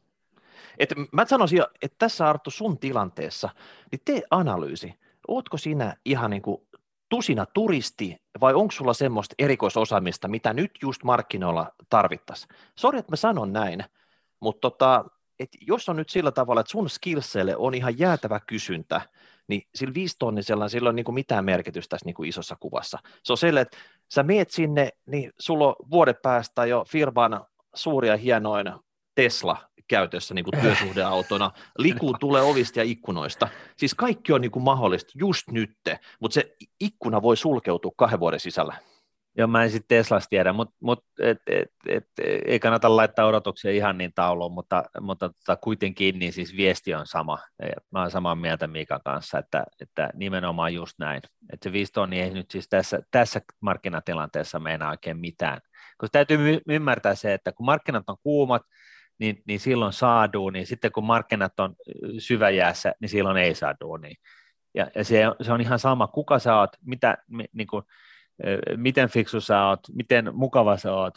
Et mä sanoisin, että tässä Arttu sun tilanteessa, niin tee analyysi. Ootko sinä ihan niin kuin tusina turisti vai onko sulla semmoista erikoisosaamista, mitä nyt just markkinoilla tarvittaisiin? Sori, että mä sanon näin, mutta tota, et jos on nyt sillä tavalla, että sun skillselle on ihan jäätävä kysyntä, niin sillä viisitonnisella sillä on niin kuin mitään merkitystä tässä niin kuin isossa kuvassa. Se on sellainen, että sä meet sinne, niin sulla on vuoden päästä jo firman suuria hienoin Tesla käytössä niin kuin työsuhdeautona, liku tulee ovista ja ikkunoista. Siis kaikki on niin kuin mahdollista just nytte, mutta se ikkuna voi sulkeutua kahden vuoden sisällä. Joo, mä en sitten Teslasta tiedä, mutta mut, et, et, et, ei kannata laittaa odotuksia ihan niin tauluun, mutta, mutta tota, kuitenkin niin siis viesti on sama. Mä olen samaa mieltä Miikan kanssa, että, että nimenomaan just näin. Että se viisi tonnia ei nyt siis tässä, tässä markkinatilanteessa meinaa oikein mitään. Koska täytyy y- ymmärtää se, että kun markkinat on kuumat, niin, niin silloin saa duunia. Sitten kun markkinat on syväjäässä, niin silloin ei saa duunia. Ja, ja se, se on ihan sama, kuka sä oot, mitä, mi, niin kuin, miten fiksu sä oot, miten mukava sä oot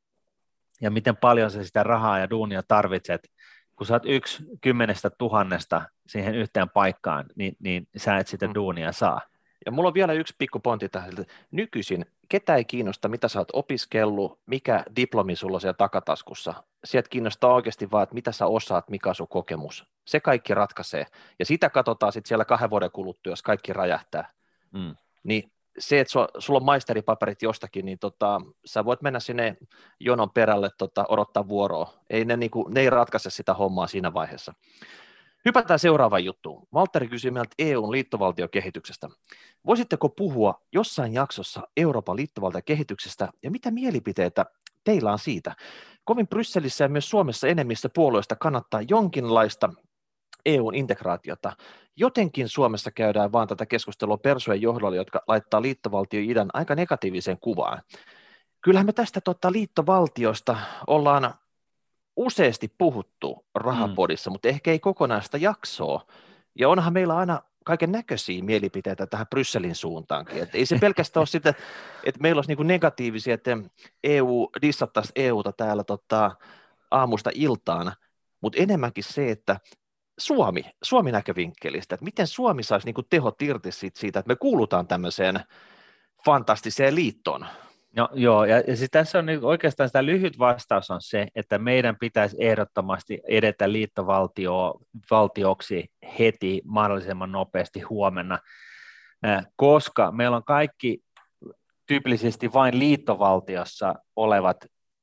ja miten paljon sä sitä rahaa ja duunia tarvitset. Kun sä oot yksi kymmenestä tuhannesta siihen yhteen paikkaan, niin, niin sä et sitä duunia saa. Ja mulla on vielä yksi pikku pointti tähän. Nykyisin ketä ei kiinnosta, mitä sä oot opiskellut, mikä diplomi sulla on siellä takataskussa. Sieltä kiinnostaa oikeasti vaan, että mitä sä osaat, mikä on sun kokemus. Se kaikki ratkaisee. Ja sitä katsotaan sitten siellä kahden vuoden kuluttua, jos kaikki räjähtää. Mm. Niin se, että sulla on maisteripaperit jostakin, niin tota, sä voit mennä sinne jonon perälle tota, odottaa vuoroa. Ei ne, niinku, ne ei ratkaise sitä hommaa siinä vaiheessa. Hypätään seuraavaan juttuun. Valtteri kysyy meiltä E U:n liittovaltiokehityksestä. Voisitteko puhua jossain jaksossa Euroopan liittovaltiokehityksestä ja mitä mielipiteitä teillä on siitä? Kovin Brysselissä ja myös Suomessa enemmistö puolueista kannattaa jonkinlaista E U:n integraatiota. Jotenkin Suomessa käydään vaan tätä keskustelua persujen johdolla, jotka laittaa liittovaltio-idän aika negatiiviseen kuvaan. Kyllähän me tästä tota, liittovaltiosta ollaan useasti puhuttu Rahapodissa, mm. mutta ehkä ei kokonaista jaksoa. Ja onhan meillä aina kaiken näköisiä mielipiteitä tähän Brysselin suuntaankin. Et ei se pelkästään ole sitä, että meillä olisi niinku negatiivisia, että E U dissattaisi E Uta täällä tota, aamusta iltaan, mutta enemmänkin se, että Suomi, Suomi näkövinkkelistä, että miten Suomi saisi niin kuin tehot irti siitä, siitä, että me kuulutaan tämmöiseen fantastiseen liittoon. No, joo, ja, ja siis tässä on niin oikeastaan sitä lyhyt vastaus on se, että meidän pitäisi ehdottomasti edetä liittovaltioksi heti mahdollisimman nopeasti huomenna, koska meillä on kaikki tyypillisesti vain liittovaltiossa olevat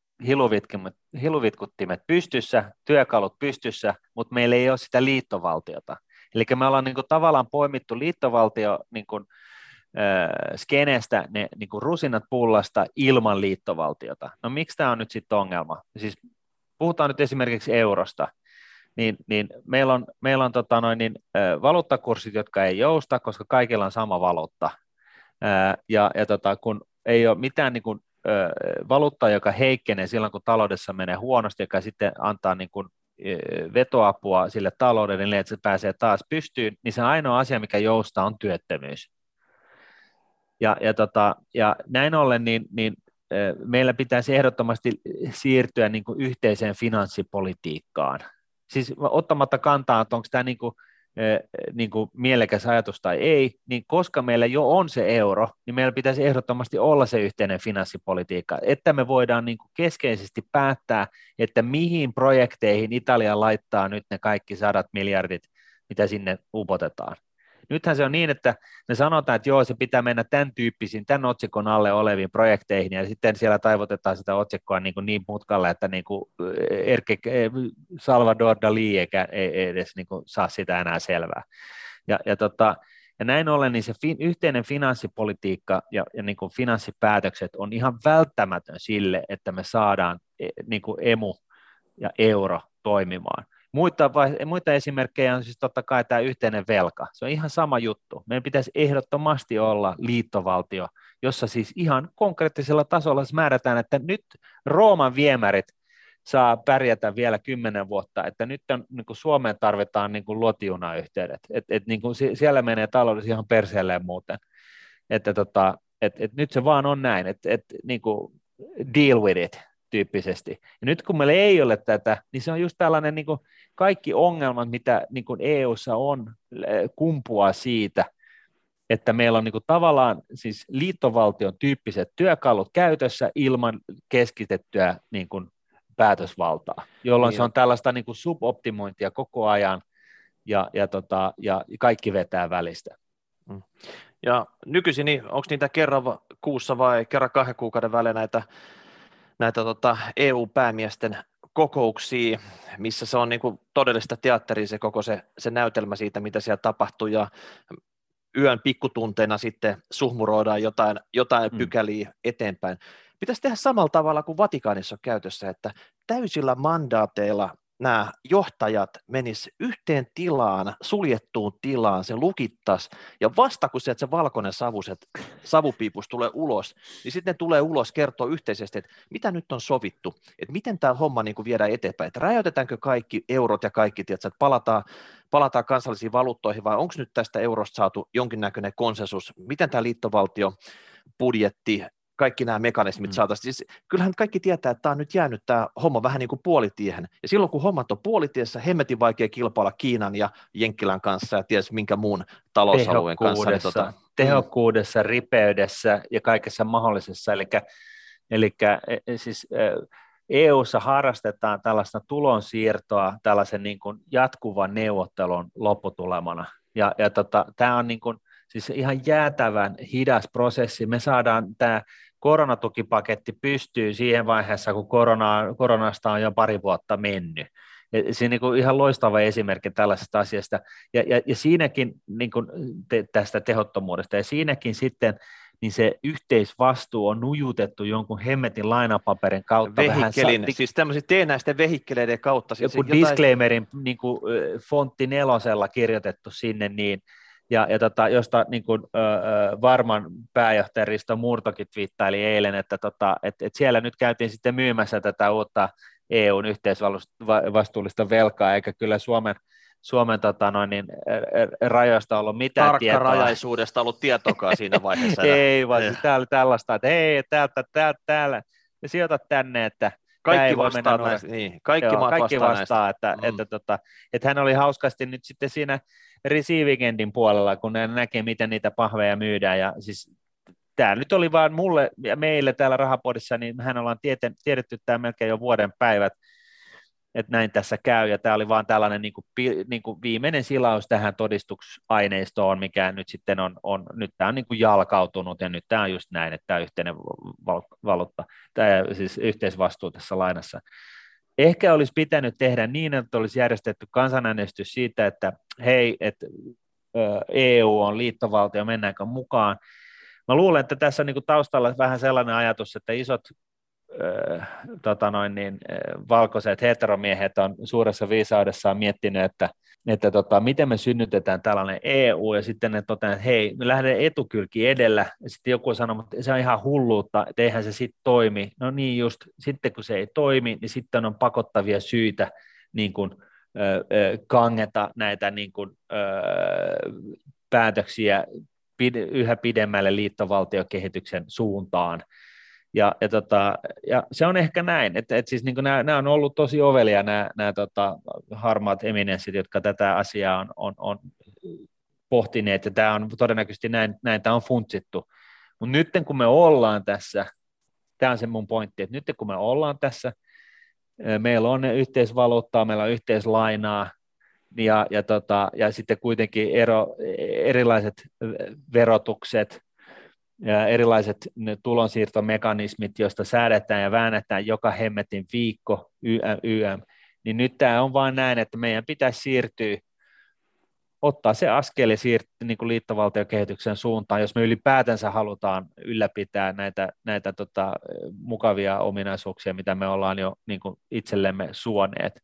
hiluvitkuttimet pystyssä, työkalut pystyssä, mutta meillä ei ole sitä liittovaltiota. Eli me ollaan niin kuin tavallaan poimittu liittovaltio niin kuin skeneestä ne niin kuin rusinat pullasta ilman liittovaltiota. No miksi tämä on nyt sitten ongelma? Siis puhutaan nyt esimerkiksi eurosta, niin, niin meillä on, meillä on tota noin, niin, ä, valuuttakurssit, jotka ei jousta, koska kaikilla on sama valuutta. Ä, ja ja tota, kun ei ole mitään niin kuin, ä, valuuttaa, joka heikkenee silloin, kun taloudessa menee huonosti, joka sitten antaa niin kuin, ä, vetoapua sille taloudelle, niin että se pääsee taas pystyyn, niin se ainoa asia, mikä joustaa, on työttömyys. Ja, ja, tota, ja näin ollen niin, niin meillä pitäisi ehdottomasti siirtyä niin kuin yhteiseen finanssipolitiikkaan. Siis ottamatta kantaa, että onko tämä niin kuin, niin kuin mielekäs ajatus tai ei, niin koska meillä jo on se euro, niin meillä pitäisi ehdottomasti olla se yhteinen finanssipolitiikka, että me voidaan niin kuin keskeisesti päättää, että mihin projekteihin Italia laittaa nyt ne kaikki sadat miljardit, mitä sinne upotetaan. Nythän se on niin, että me sanotaan, että joo, se pitää mennä tämän tyyppisiin, tämän otsikon alle oleviin projekteihin, ja sitten siellä taivotetaan sitä otsikkoa niin, niin mutkalle, että niin kuin Erke, Salvador Dalí eikä ei edes niin kuin saa sitä enää selvää. Ja, ja, tota, ja näin ollen niin se fi, yhteinen finanssipolitiikka ja, ja niin kuin finanssipäätökset on ihan välttämätön sille, että me saadaan niin kuin emu ja euro toimimaan. Muita, muita esimerkkejä on siis totta kai tämä yhteinen velka. Se on ihan sama juttu. Meidän pitäisi ehdottomasti olla liittovaltio, jossa siis ihan konkreettisella tasolla määrätään, että nyt Rooman viemärit saa pärjätä vielä kymmenen vuotta, että nyt on, niin kuin Suomeen tarvitaan niin kuin luotijunayhteydet, että et, niin kuin siellä menee taloudessa ihan perseelleen muuten, että tota, et, et nyt se vaan on näin, että et, niin kuin deal with it tyyppisesti. Ja nyt kun meillä ei ole tätä, niin se on just tällainen niin kuin kaikki ongelmat, mitä niin kuin E U:ssa on, kumpuaa siitä, että meillä on niin kuin tavallaan siis liittovaltion tyyppiset työkalut käytössä ilman keskitettyä niin kuin päätösvaltaa, jolloin niin se on tällaista niin kuin suboptimointia koko ajan ja, ja, tota, ja kaikki vetää välistä. Mm. Ja nykyisin, niin onko niitä kerran kuussa vai kerran kahden kuukauden välein näitä, näitä tota E U-päämiesten kokouksia, missä se on niin kuin todellista teatteria se koko se, se näytelmä siitä, mitä siellä tapahtuu, ja yön pikkutunteina sitten suhmuroidaan jotain, jotain mm. pykäliä eteenpäin. Pitäisi tehdä samalla tavalla kuin Vatikaanissa on käytössä, että täysillä mandaateilla nämä johtajat menis yhteen tilaan, suljettuun tilaan, se lukittaisi, ja vasta kun sieltä se valkoinen savu, se savupiipus tulee ulos, niin sitten ne tulee ulos kertoa yhteisesti, että mitä nyt on sovittu, että miten tämä homma niin kuin viedään eteenpäin, että räjäytetäänkö kaikki eurot ja kaikki, tiedätkö, että palataan, palataan kansallisiin valuuttoihin, vai onko nyt tästä eurosta saatu jonkinnäköinen konsensus, miten tämä liittovaltio, budjetti, kaikki nämä mekanismit mm. saataisiin. Siis, kyllähän kaikki tietää, että tämä on nyt jäänyt tämä homma vähän niin kuin puolitiehen. Ja silloin kun hommat on puolitiessä, hemmetin vaikea kilpailla Kiinan ja Jenkkilän kanssa ja ties minkä muun talousalueen kanssa. Niin tota, tehokkuudessa, ripeydessä ja kaikessa mahdollisessa. Eli, eli siis E U:ssa harrastetaan tällaista tulonsiirtoa tällaisen niin kuin jatkuvan neuvottelun lopputulemana. Ja, ja tota, tämä on niin kuin, siis ihan jäätävän hidas prosessi. Me saadaan tämä koronatukipaketti pystyy siihen vaiheessa, kun korona, koronasta on jo pari vuotta mennyt. Se on niin kuin ihan loistava esimerkki tällaisesta asiasta, ja, ja, ja siinäkin niin kuin te, tästä tehottomuudesta, ja siinäkin sitten niin se yhteisvastuu on nujutettu jonkun hemmetin lainapaperin kautta. Vehikkelin, vähän, siis tämmöisiä teenäisten vehikkeleiden kautta. Siis joku jotain disclaimerin niin kuin, fontti nelosella kirjoitettu sinne, niin Ja, ja tota, josta niin kuin, ö, Varman pääjohtaja Risto Murtokin twiittaili eilen, että tota, et, et siellä nyt käytiin sitten myymässä tätä uutta E U:n yhteisvastuullista velkaa, eikä kyllä Suomen, Suomen tota noin, niin, rajoista ollut mitään tietoa. Tarkkarajaisuudesta ollut tietoakaan siinä vaiheessa. Ei, vaan siis täällä tällaista, että hei, täältä, täältä, täällä, ja sijoita tänne, että Kaikki vastaa näistä, niin, kaikki Joo, maat kaikki vastaa, vastaa näistä. että, Mm. että, tota, että hän oli hauskasti nyt sitten siinä receiving endin puolella, kun ne näkee, miten niitä pahveja myydään, ja siis tämä nyt oli vaan mulle ja meille täällä Rahapodissa, niin mehän ollaan tieten, tiedetty tämä melkein jo vuoden päivät, että näin tässä käy, ja tämä oli vaan tällainen niin kuin, niin kuin viimeinen silaus tähän todistuksaineistoon, mikä nyt sitten on, on nyt tämä on niin kuin jalkautunut, ja nyt tämä on just näin, että tämä yhteinen val- valuutta, tämä siis yhteisvastuu tässä lainassa. Ehkä olisi pitänyt tehdä niin, että olisi järjestetty kansanäänestys siitä, että hei, että E U on liittovaltio, mennäänkö mukaan. Mä luulen, että tässä on niin kuin taustalla vähän sellainen ajatus, että isot äh, tota noin niin, äh, valkoiset heteromiehet on suuressa viisaudessaan miettinyt, että, että tota, miten me synnytetään tällainen E U, ja sitten ne toteavat, että hei, me lähdemme etukylki edellä, ja sitten joku sanoo, että se on ihan hulluutta, että eihän se sitten toimi. No niin just, sitten kun se ei toimi, niin sitten on pakottavia syitä niin kuin, äh, äh, kangeta näitä niin kuin, äh, päätöksiä yhä pidemmälle liittovaltiokehityksen suuntaan. Ja, ja, tota, ja se on ehkä näin, että, että siis niin nämä, nämä on ollut tosi ovelia nämä, nämä tota, harmaat eminenssit, jotka tätä asiaa on, on, on pohtineet, ja tämä on todennäköisesti näin, näin tämä on funtsittu. Mutta nyt kun me ollaan tässä, tämä on se mun pointti, että nyt kun me ollaan tässä, meillä on yhteisvaluuttaa, meillä on yhteislainaa, Ja, ja, tota, ja sitten kuitenkin ero, erilaiset verotukset ja erilaiset tulonsiirtomekanismit, joista säädetään ja väännetään joka hemmetin viikko, ym, ym, niin nyt tämä on vain näin, että meidän pitäisi siirtyä, ottaa se askel ja siirtyä niin kuin liittovaltiokehityksen suuntaan, jos me ylipäätänsä halutaan ylläpitää näitä, näitä tota, mukavia ominaisuuksia, mitä me ollaan jo niin kuin itsellemme suoneet.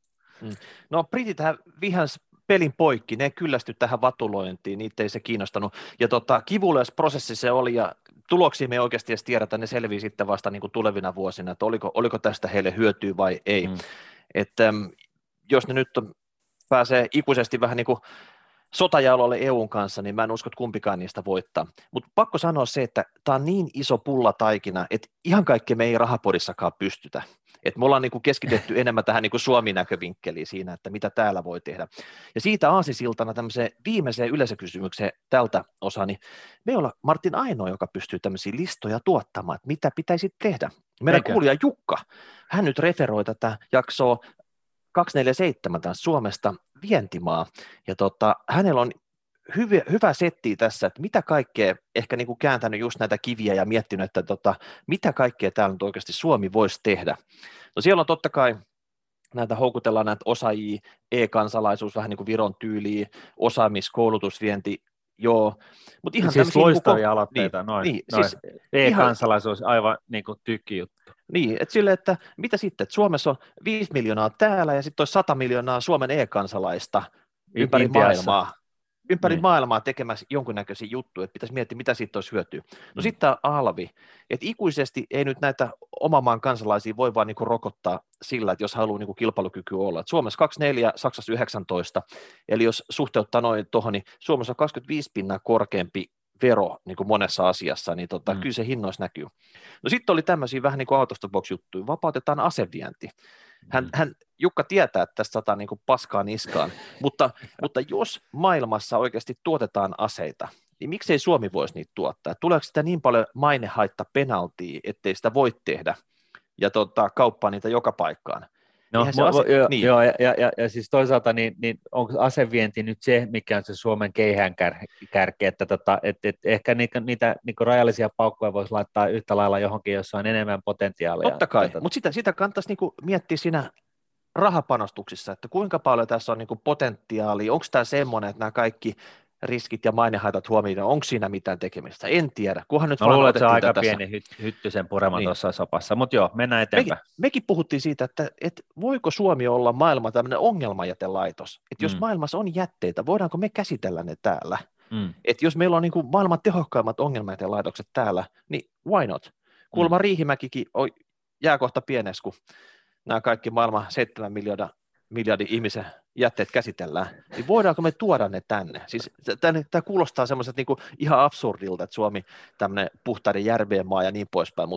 No britithän vihans pelin poikki, ne kyllästy tähän vatulointiin, niitä ei se kiinnostanut, ja tota, kivulias prosessi se oli, ja tuloksia me ei oikeasti edes tiedetä, ne selvii sitten vasta niin kuin tulevina vuosina, että oliko, oliko tästä heille hyötyä vai ei, mm. että jos ne nyt pääsee ikuisesti vähän niin kuin sotajaloille E U:n kanssa, niin mä en usko, että kumpikaan niistä voittaa. Mutta pakko sanoa se, että tämä on niin iso pullataikina, että ihan kaikki me ei Rahapodissakaan pystytä. Et me ollaan niinku keskitetty enemmän tähän niinku Suomi-näkövinkkeliin siinä, että mitä täällä voi tehdä. Ja siitä aasisiltana tämmöiseen viimeiseen yleisökysymykseen tältä osaa, niin me ollaan Martin ainoa, joka pystyy tämmöisiä listoja tuottamaan, että mitä pitäisi tehdä. Meidän Eikä. kuulija Jukka, hän nyt referoi tätä jaksoa kaksisataaneljäkymmentäseitsemän taas Suomesta vientimaa, ja tota, hänellä on hyvä, hyvä setti tässä, että mitä kaikkea, ehkä niin kuin kääntänyt just näitä kiviä ja miettinyt, että tota, mitä kaikkea täällä nyt oikeasti Suomi voisi tehdä. No siellä on totta kai näitä houkutellaan näitä osaajia, e-kansalaisuus, vähän niin kuin Viron tyyliä, osaamiskoulutusvienti, joo. Mut ihan siis loistavia niin aloitteita, niin, noin, niin, noin. Siis e-kansalaisuus, aivan niin kuin tykkijuttu. Niin, että sille, että mitä sitten, että Suomessa on viisi miljoonaa täällä ja sitten olisi sata miljoonaa Suomen e-kansalaista ympäri Intiassa. maailmaa. Ympäri niin. maailmaa tekemässä jonkunnäköisiä juttuja, että pitäisi miettiä, mitä siitä olisi hyötyä. No mm. sitten tämä alvi, että ikuisesti ei nyt näitä oman maan kansalaisia voi vaan niinku rokottaa sillä, että jos haluaa niinku kilpailukyky olla. Et Suomessa kaksikymmentäneljä, Saksassa yhdeksäntoista, eli jos suhteuttaa noin tuohon, niin Suomessa on kaksikymmentäviisi pinnaa korkeampi vero niin kuin monessa asiassa, niin tota, mm. kyllä se hinnoissa näkyy. No sitten oli tämmöisiä vähän niin kuin out of the box juttuja, vapautetaan asevienti. Hän, mm. hän, Jukka tietää, että tästä sataa niin kuin paskaa niskaan, mutta, mutta jos maailmassa oikeasti tuotetaan aseita, niin miksei Suomi voisi niitä tuottaa? Tuleeko sitä niin paljon mainehaitta penaltia, ettei sitä voi tehdä ja tota, kauppaa niitä joka paikkaan? No, mo, ase- jo, niin. joo, ja, ja, ja, ja siis toisaalta, niin, niin onko asevienti nyt se, mikä on se Suomen keihään kärki, että tota, et, et ehkä niitä, niitä niin rajallisia paukkoja voisi laittaa yhtä lailla johonkin, jossa on enemmän potentiaalia. Totta kai, tota... mutta sitä, sitä kannattaisi niin miettiä siinä rahapanostuksissa, että kuinka paljon tässä on niin potentiaalia, onko tämä semmoinen, että nämä kaikki riskit ja mainehaitat huomioon, onko siinä mitään tekemistä? En tiedä, kunhan nyt mä vaan luulen, että se on aika tässä. pieni hy- hyttysen purema niin. tuossa sopassa, mutta joo, mennään eteenpäin. Mekin, mekin puhuttiin siitä, että, että voiko Suomi olla maailman tämmöinen ongelmajätelaitos, että jos mm. maailmassa on jätteitä, voidaanko me käsitellä ne täällä? Mm. Että jos meillä on niin kuin maailman tehokkaimmat ongelmajätelaitokset täällä, niin why not? Kuulemma mm. Riihimäkikin on, jää kohta pieneksi, kun nämä kaikki maailman seitsemän miljoonan miljardin ihmisen jätteet käsitellään, niin voidaanko me tuoda ne tänne? Siis tämä kuulostaa semmoiselta niin kuin ihan absurdilta, että Suomi tämmöinen puhtaiden järvien maa ja niin poispäin, mutta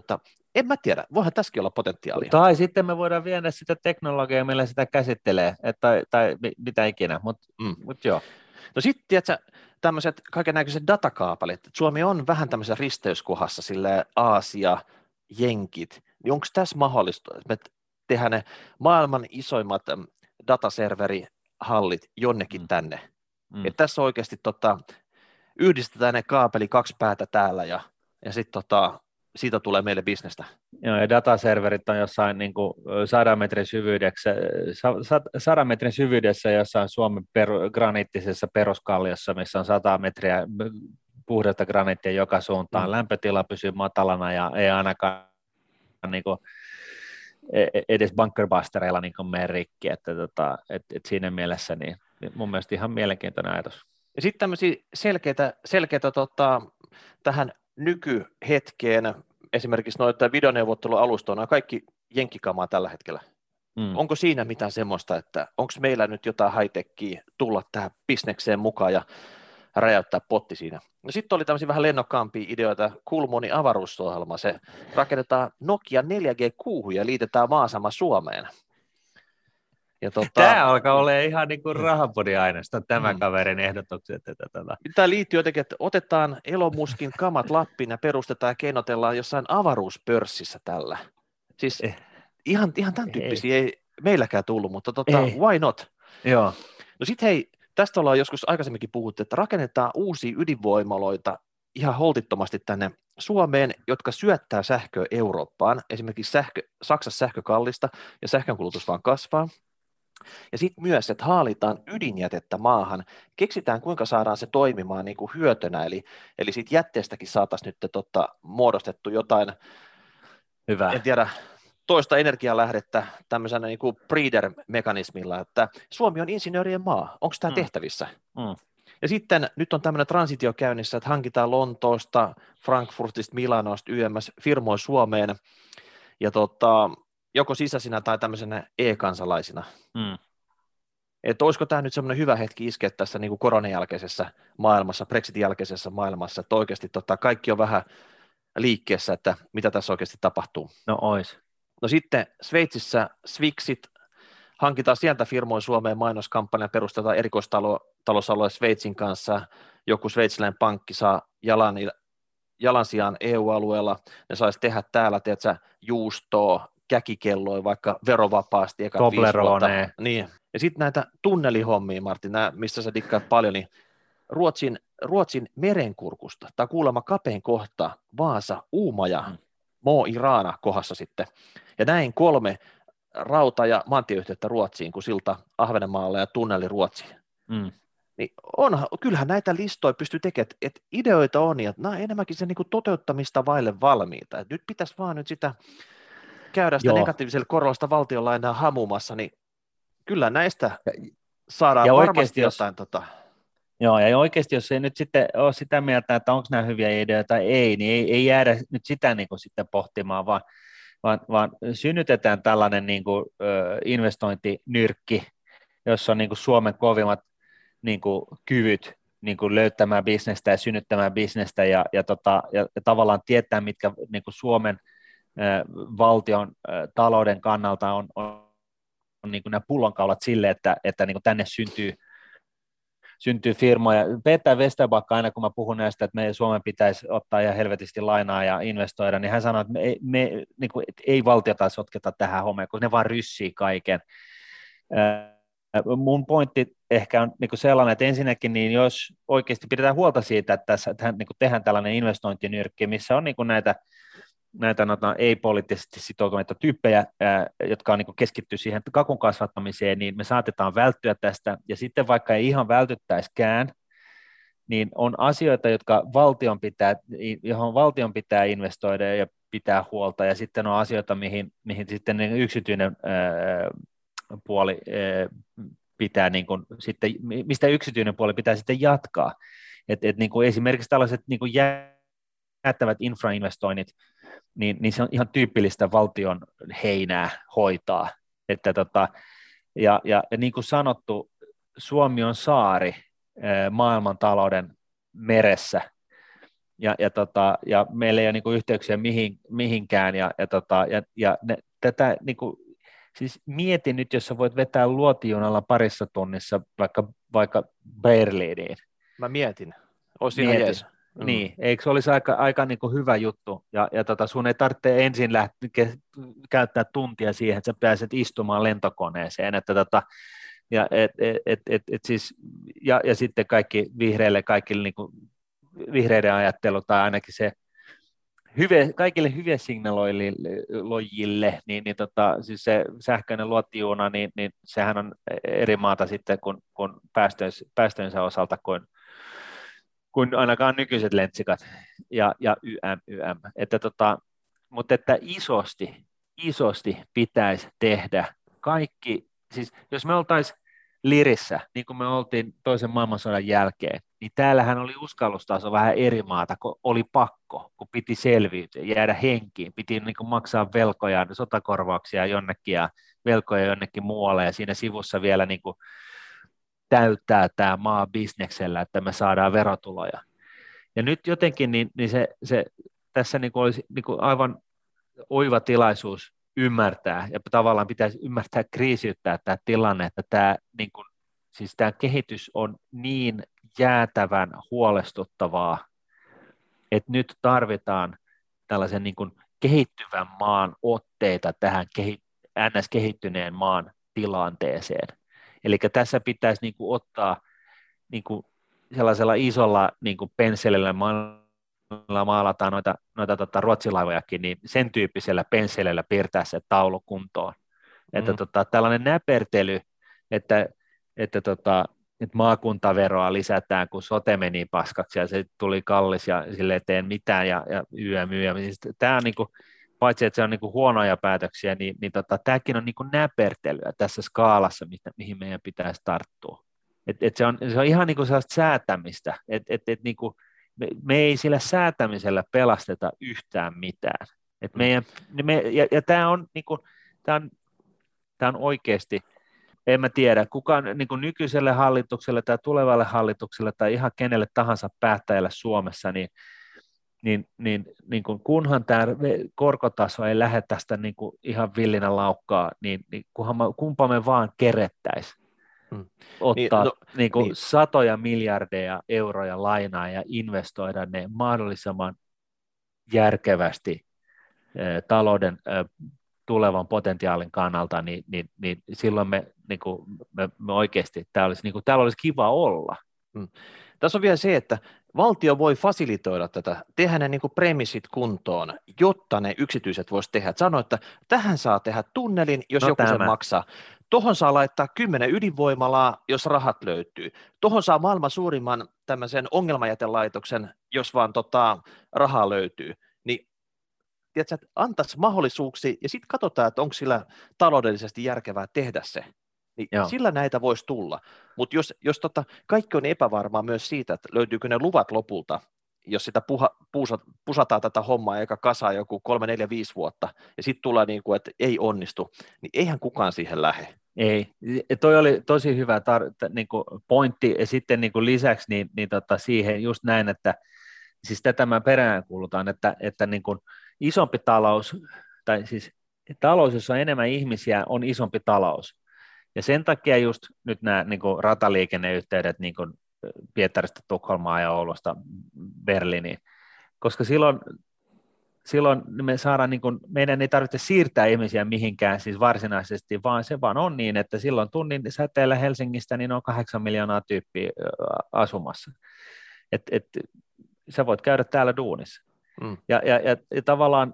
En mä tiedä, voihan tässäkin olla potentiaalia. Tai sitten me voidaan viedä sitä teknologiaa, millä sitä käsittelee, että, tai, tai mitä ikinä, mutta Mm. mut joo. No sitten, tiedätkö, tämmöiset kaikennäköiset datakaapelit. Suomi on vähän tämmöisessä risteyskohdassa, sille Aasia, Jenkit. Niin onko tässä mahdollista, että me tehdään ne maailman isoimmat dataserverihallit jonnekin mm. tänne? Mm. Että tässä oikeasti tota, yhdistetään ne kaapeli kaksi päätä täällä ja, ja sitten tota, siitä tulee meille bisnestä. Joo, ja dataserverit on jossain niin kuin sadan metrin syvyydessä, sadan metrin syvyydessä jossain Suomen peru, graniittisessa peruskalliossa, missä on sata metriä puhdasta graniittia joka suuntaan. Mm. Lämpötila pysyy matalana ja ei ainakaan niin kuin, edes bunkerbustereilla niin mene rikki. Että, tota, et, et siinä mielessä niin, mun mielestä ihan mielenkiintoinen ajatus. Ja sitten tämmöisiä selkeitä, selkeitä tota, tähän nykyhetkeen, esimerkiksi noita videoneuvottelualustoja, on kaikki jenkkikamaa tällä hetkellä. Mm. Onko siinä mitään semmoista, että onko meillä nyt jotain high-techia tulla tähän bisnekseen mukaan ja räjäyttää potti siinä? No sitten oli tämmöisiä vähän lennokkaampia ideoita, Kulmoni avaruusohjelma, se rakennetaan Nokia neljä G-kuuhun ja liitetään maasama Suomeen. Ja tota, tämä alkaa olla ihan niin kuin rahapodiaineesta, tämä mm. kaverin ehdotukset. Tämä liittyy jotenkin, että otetaan Elon Muskin kamat Lappiin ja perustetaan ja keinotellaan jossain avaruuspörssissä tällä. Siis eh. ihan, ihan tämän tyyppisiä ei. ei meilläkään tullut, mutta tota, why not? Joo. No sitten hei, tästä ollaan joskus aikaisemminkin puhuttu, että rakennetaan uusia ydinvoimaloita ihan holtittomasti tänne Suomeen, jotka syöttää sähköä Eurooppaan. Esimerkiksi sähkö, Saksassa sähkö kallista ja sähkönkulutus vaan kasvaa. Ja sitten myös, että haalitaan ydinjätettä maahan, keksitään kuinka saadaan se toimimaan niin kuin hyötönä, eli, eli siitä jätteestäkin saataisiin nyt totta, muodostettu jotain, Hyvä. En tiedä, toista energialähdettä tämmöisenä niin kuin breeder-mekanismilla, että Suomi on insinöörien maa, onko tämä mm. tehtävissä? Mm. Ja sitten nyt on tämmöinen transitio käynnissä, että hankitaan Lontoosta, Frankfurtista, Milanosta, Y M S firmoja Suomeen, ja tota, joko sisäisinä tai tämmöisenä e-kansalaisina. Mm. Että olisiko tämä nyt semmoinen hyvä hetki iskeä tässä niin kuin koronan jälkeisessä maailmassa, Brexitin jälkeisessä maailmassa, että oikeasti tota, kaikki on vähän liikkeessä, että mitä tässä oikeasti tapahtuu. No ois. No sitten Sveitsissä Swixit, hankitaan sieltä firmoja Suomeen mainoskampanja, perustetaan erikoistalousalue Sveitsin kanssa, joku sveitsiläinen pankki saa jalan, jalansijaan E U-alueella, ne saisi tehdä täällä, tiedätkö, juustoa, käkikelloja vaikka verovapaasti ekat viisi vuotta. Niin. Ja sitten näitä tunnelihommia, Martin, nää, mistä sä dikkaat paljon, niin Ruotsin, Ruotsin merenkurkusta, tai kuulemma kapein kohta, Vaasa, Uumaja, mm. Mo i Rana kohdassa sitten. Ja näin kolme rauta- ja maantieyhteyttä Ruotsiin, kuin silta Ahvenanmaalle ja tunneli Ruotsiin. Mm. Niin onhan, kyllähän näitä listoja pystyy tekemään, että ideoita on, ja nämä on enemmänkin se niin kuin toteuttamista vaille valmiita. Et nyt pitäisi vaan nyt sitä käydä sitä negatiivisella korolla sitä valtionlainaa hamumassa, niin kyllä näistä saadaan ja varmasti jos, jotain. Tota... Joo, ja oikeasti jos ei nyt sitten ole sitä mieltä, että onko nämä hyviä ideoita tai ei, niin ei, ei jäädä nyt sitä niin kuin sitten pohtimaan, vaan, vaan, vaan synnytetään tällainen niin kuin, ö, investointinyrkki, jossa on niin kuin Suomen kovimmat niin kuin kyvyt niin kuin löytämään bisnestä ja synnyttämään bisnestä ja, ja, tota, ja, ja tavallaan tietää, mitkä niin kuin Suomen valtion talouden kannalta on, on, on niin kuin nämä pullonkaulat sille, että, että niin kuin tänne syntyy, syntyy firmoja. Peter Westerbacka, aina kun mä puhun näistä, että me Suomen pitäisi ottaa ihan helvetisti lainaa ja investoida, niin hän sanoo, että me, me, niin kuin, että ei valtiota sotketa tähän hommeen, kun ne vaan ryssii kaiken. Mun pointti ehkä on niin kuin sellainen, että ensinnäkin, niin jos oikeasti pidetään huolta siitä, että tässä että niin kuin tehdään tällainen investointinyrkki, missä on niin kuin näitä näitä no, ei-poliittisesti sitoutuneita tyyppejä, ää, jotka on, niin kuin keskittyy siihen kakun kasvattamiseen, niin me saatetaan välttyä tästä, ja sitten vaikka ei ihan vältyttäiskään, niin on asioita, jotka valtion pitää, johon valtion pitää investoida ja pitää huolta, ja sitten on asioita, mihin, mihin sitten yksityinen ää, puoli ää, pitää, niin kuin, sitten, mistä yksityinen puoli pitää sitten jatkaa. Et, et, niin kuin esimerkiksi tällaiset niin kuin jättävät infrainvestoinnit, Niin, niin se on ihan tyypillistä valtion heinää hoitaa. Että tota, ja, ja, ja niin kuin sanottu, Suomi on saari maailmantalouden meressä, ja, ja, tota, ja meillä ei ole niin kuin yhteyksiä mihin, mihinkään, ja, ja, tota, ja, ja ne, tätä niin kuin, siis mieti nyt, jos sä voit vetää luotijunalla parissa tunnissa vaikka, vaikka Berliiniin. Mä mietin, olisi ihan Mieti. jees. Mm. Niin, eikö se olisi aika, aika niin kuin hyvä juttu, ja, ja tota, sun ei tarvitse ensin lähteä, käyttää tuntia siihen, että sä pääset istumaan lentokoneeseen, että tota, ja, et, et, et, et, et siis, ja, ja sitten kaikki vihreille, kaikille niin kuin, vihreiden ajattelu, tai ainakin se hyve, kaikille hyviä signaloijille, niin, niin tota, siis se sähköinen luotijuuna, niin, niin sehän on eri maata sitten kuin, kuin päästönsä, päästönsä osalta kuin, kuin ainakaan nykyiset lentsikat ja, ja YM, YM. Että tota, mutta että isosti, isosti pitäisi tehdä kaikki, siis jos me oltaisiin Lirissä, niin kuin me oltiin toisen maailmansodan jälkeen, niin täällähän oli uskallustaso vähän eri maata, kun oli pakko, kun piti selviytyä, jäädä henkiin, piti niin kuin maksaa velkoja, sotakorvauksia jonnekin ja velkoja jonnekin muualle, ja siinä sivussa vielä niin kuin täyttää tämä maa bisneksellä, että me saadaan verotuloja. Ja nyt jotenkin niin, niin se, se, tässä niin kuin olisi niin kuin aivan oiva tilaisuus ymmärtää, ja tavallaan pitäisi ymmärtää kriisiyttää tämä tilanne, että tämä, niin kuin, siis tämä kehitys on niin jäätävän huolestuttavaa, että nyt tarvitaan tällaisen niin kuin kehittyvän maan otteita tähän kehi, N S-kehittyneen maan tilanteeseen. Eli tässä pitäisi niin kuin ottaa niin kuin sellaisella isolla niin kuin pensselillä maalataan noita, noita tota, ruotsilaivojakin, niin sen tyyppisellä pensselillä piirtää se taulu kuntoon. Mm. Että tota, tällainen näpertely, että, että, tota, että maakuntaveroa lisätään, kun sote meni paskaksi ja se tuli kallis ja sille ei tee mitään ja, ja ym, ym. Siis tämä on niin kuin, paitsi että se on niin kuin huonoja päätöksiä, niin, niin tota, tämäkin on niin kuin näpertelyä tässä skaalassa, mistä, mihin meidän pitäisi tarttua. Et, et se, on, se on ihan niin kuin sellaista säätämistä, että et, et, niin kuin Me, me ei sillä säätämisellä pelasteta yhtään mitään. Et meidän, me, ja ja tämä on, niinku, tää on, tää on oikeasti, en mä tiedä, kukaan niinku nykyiselle hallitukselle tai tulevalle hallitukselle tai ihan kenelle tahansa päättäjälle Suomessa, niin, niin, niin, niin kun, kunhan tämä korkotaso ei lähde tästä niinku ihan villinä laukkaa, niin, niin kunhan mä, kumpa me vaan kerettäisiin. Hmm. Ottaa niin, no, niin kuin niin. satoja miljardeja euroja lainaa ja investoida ne mahdollisimman järkevästi eh, talouden eh, tulevan potentiaalin kannalta, niin, niin, niin silloin me, niin kuin, me, me oikeasti, tää olisi, niin kuin, täällä olisi kiva olla. Hmm. Tässä on vielä se, että valtio voi fasilitoida tätä, tehdä ne niin kuin premissit kuntoon, jotta ne yksityiset voisivat tehdä. Sano, että tähän saa tehdä tunnelin, jos no joku tämä. sen maksaa. Tuohon saa laittaa kymmenen ydinvoimalaa, jos rahat löytyy. Tuohon saa maailman suurimman tämmöisen ongelmajätelaitoksen, jos vaan tota, rahaa löytyy. Niin tiedätkö, että antaisi mahdollisuuksia ja sitten katsotaan, että onko sillä taloudellisesti järkevää tehdä se. Niin sillä näitä voisi tulla. Mutta jos, jos tota, kaikki on epävarmaa myös siitä, että löytyykö ne luvat lopulta, jos sitä puha, puusat, pusataan tätä hommaa eikä kasaa joku kolme, neljä, viisi vuotta, ja sitten tulee niin kuin, että ei onnistu, niin eihän kukaan siihen lähde. Ei, toi oli tosi hyvä tar- niin kuin pointti, ja sitten niin kuin lisäksi niin, niin tota siihen just näin, että siis tätä mä peräänkuulutan, että, että niin kuin isompi talous, tai siis talous, jossa on enemmän ihmisiä, on isompi talous. Ja sen takia just nyt nämä niin kuin rataliikenneyhteydet niin kuin Pietarista Tukholmaan ja Oulusta Berliiniin, koska silloin, silloin me saadaan, niin kuin, meidän ei tarvitse siirtää ihmisiä mihinkään siis varsinaisesti, vaan se vaan on niin, että silloin tunnin säteellä Helsingistä niin on kahdeksan miljoonaa tyyppiä asumassa. Et, et, sä voit käydä täällä duunissa. Mm. Ja, ja, ja, ja tavallaan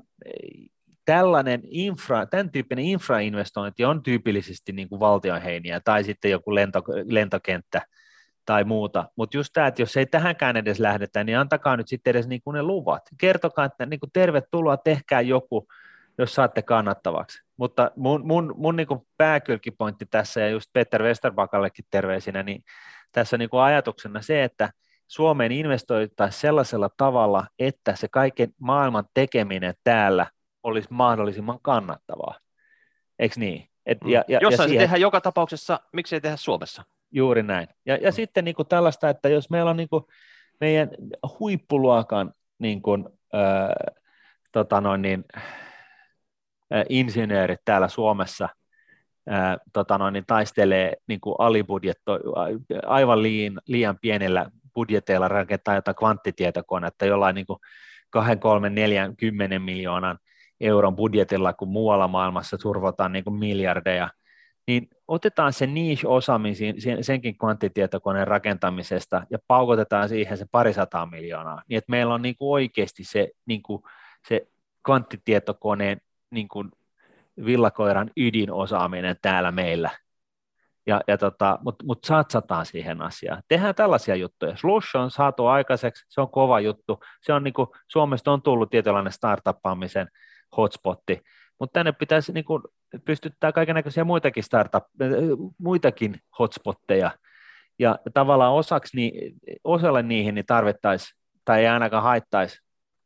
tällainen infra, tämän tyyppinen infrainvestointi on tyypillisesti niin kuin valtionheiniä tai sitten joku lento, lentokenttä tai muuta, mutta just tämä, että jos ei tähänkään edes lähdetä, niin antakaa nyt sitten edes niin kuin ne luvat. Kertokaa, että niin kuin tervetuloa, tehkää joku, jos saatte kannattavaksi. Mutta mun, mun, mun niin kuin pääkylkipointti tässä, ja just Peter Westerbakallekin terveisinä, niin tässä on niin kuin ajatuksena se, että Suomeen investoitaisiin sellaisella tavalla, että se kaiken maailman tekeminen täällä olisi mahdollisimman kannattavaa. Eikö niin? Et, ja, ja, Jossain ja siihen, se tehdään joka tapauksessa, miksei tehdä Suomessa? Juuri näin. Ja, ja mm. sitten niin kuin tällaista, että jos meillä on niin kuin meidän huippuluokan niin kuin, äh, tota noin, niin, äh, insinöörit täällä Suomessa äh, tota noin, niin taistelee niin kuin alibudjetto, aivan liian, liian pienellä budjeteilla rakentaa jotain kvanttitietokonetta jollain niin kuin kaksi, kolme, neljä, kymmenen miljoonan euron budjetilla, kun muualla maailmassa turvataan niin kuin miljardeja, niin otetaan se niche-osaaminen senkin kvanttitietokoneen rakentamisesta ja paukotetaan siihen se parisataa miljoonaa, niin että meillä on niin kuin oikeasti se, niin kuin se kvanttitietokoneen niin kuin villakoiran ydinosaaminen täällä meillä. Ja, ja tota, mutta mut satsataan siihen asiaan. Tehdään tällaisia juttuja. Slush on saatu aikaiseksi, se on kova juttu. Se on niin kuin, Suomesta on tullut tietynlainen startuppaamisen hotspotti, mutta tänne pitäisi niin kuin, pystyttää kaikennäköisiä muitakin startup, muitakin hotspotteja. Ja tavallaan osaksi niin, osalle niihin niin tarvittaisiin, tai ei ainakaan haittaisi,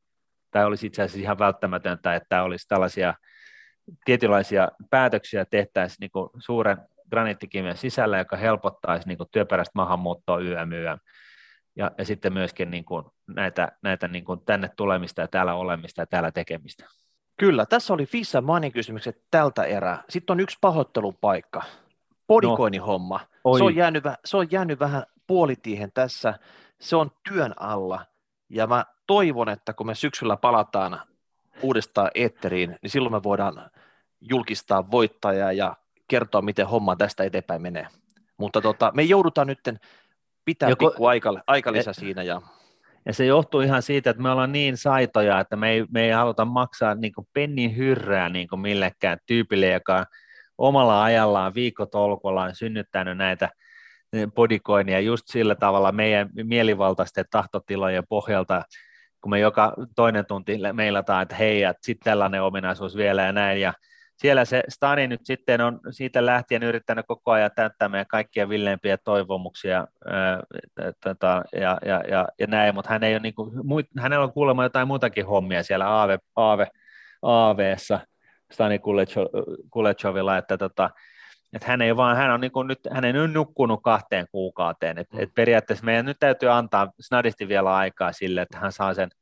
tai olisi itse asiassa ihan välttämätöntä, että olisi tällaisia tietynlaisia päätöksiä tehtäisiin niin kuin suuren graniittikiven sisällä, joka helpottaisi niin kuin työperäistä maahanmuuttoa Y M Y M, ja, ja sitten myöskin niin kuin näitä, näitä niin kuin tänne tulemista ja täällä olemista ja täällä tekemistä. Kyllä, tässä oli Fissa Money kysymykset tältä erää. Sitten on yksi pahoittelupaikka, podikoinihomma. No, se, on jäänyt, se on jäänyt vähän puolitiehen tässä, se on työn alla, ja mä toivon, että kun me syksyllä palataan uudestaan eetteriin, niin silloin me voidaan julkistaa voittajaa ja kertoa, miten homma tästä eteenpäin menee. Mutta tota, me joudutaan nyt pitää Joko, pikku aika, aikalisä siinä. Ja... ja se johtuu ihan siitä, että me ollaan niin saitoja, että me ei, me ei haluta maksaa niin kuin pennin hyrrää niin kuin millekään tyypille, joka omalla ajallaan viikkotolkullaan synnyttänyt näitä podikoinia just sillä tavalla meidän mielivaltaisten tahtotilojen pohjalta, kun me joka toinen tunti meilataan, että hei, ja sitten tällainen ominaisuus vielä ja näin, ja siellä se Stani nyt sitten on siitä lähtien yrittänyt koko ajan täyttää meidän kaikkia villeimpiä toivomuksia ää, tota, ja, ja, ja, ja näin, mutta hän ei ole niinku, muit, hänellä on kuulemma jotain muutakin hommia siellä Aave, Aave, Aaveessa, Stani Kulechovilla, että tota, et hän ei vaan, hän on niinku nyt, hän ei nyt nukkunut kahteen kuukauteen, että mm. et periaatteessa meidän nyt täytyy antaa snadisti vielä aikaa sille, että hän saa sen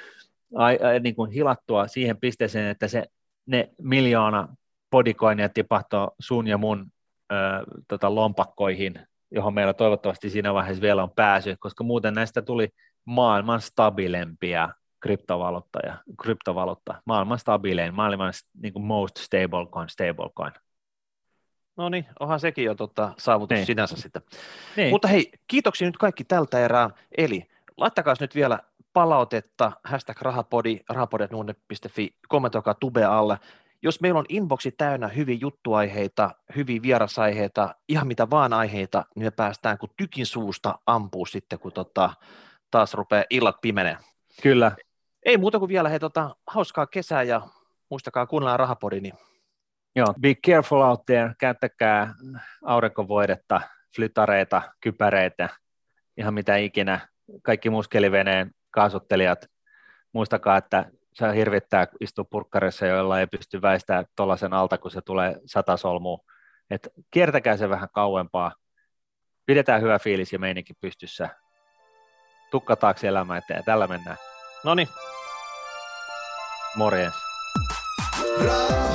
ai, ai, niin kuin hilattua siihen pisteeseen, että se ne miljoona podikoinia tipahtuu sun ja mun ö, tota, lompakkoihin, johon meillä toivottavasti siinä vaiheessa vielä on pääsy, koska muuten näistä tuli maailman stabilempia kryptovaluuttoja, kryptovaluutta, maailman stabilein, maailman niin kuin most stablecoin, stablecoin. No niin, onhan sekin jo tota, saavutus niin. Sinänsä sitten. Niin. Mutta hei, kiitoksia nyt kaikki tältä erää, eli laittakaa nyt vielä palautetta, hashtag rahapodi, rahapodi.nuunne piste fi, kommentoikaa tube alle. Jos meillä on inboxi täynnä hyviä juttuaiheita, hyviä vierasaiheita, ihan mitä vaan aiheita, niin me päästään kun tykin suusta ampuu sitten, kun tota, taas rupeaa illat pimenee. Kyllä. Ei muuta kuin vielä, hei, tota, hauskaa kesää ja muistakaa kuunnella rahapodi. Niin... Joo, be careful out there, käyttäkää aurinkovoidetta, flytareita, kypäreitä, ihan mitä ikinä, kaikki muskeliveneen kaasuttelijat, muistakaa, että se hirvittää istua purkkarissa, joilla ei pysty väistämään tuollaisen alta, kun se tulee sata solmua. Et kiertäkää se vähän kauempaa, pidetään hyvä fiilis ja meininki pystyssä. Tukka taakse elämä eteen, tällä mennään. Noniin. Morjens.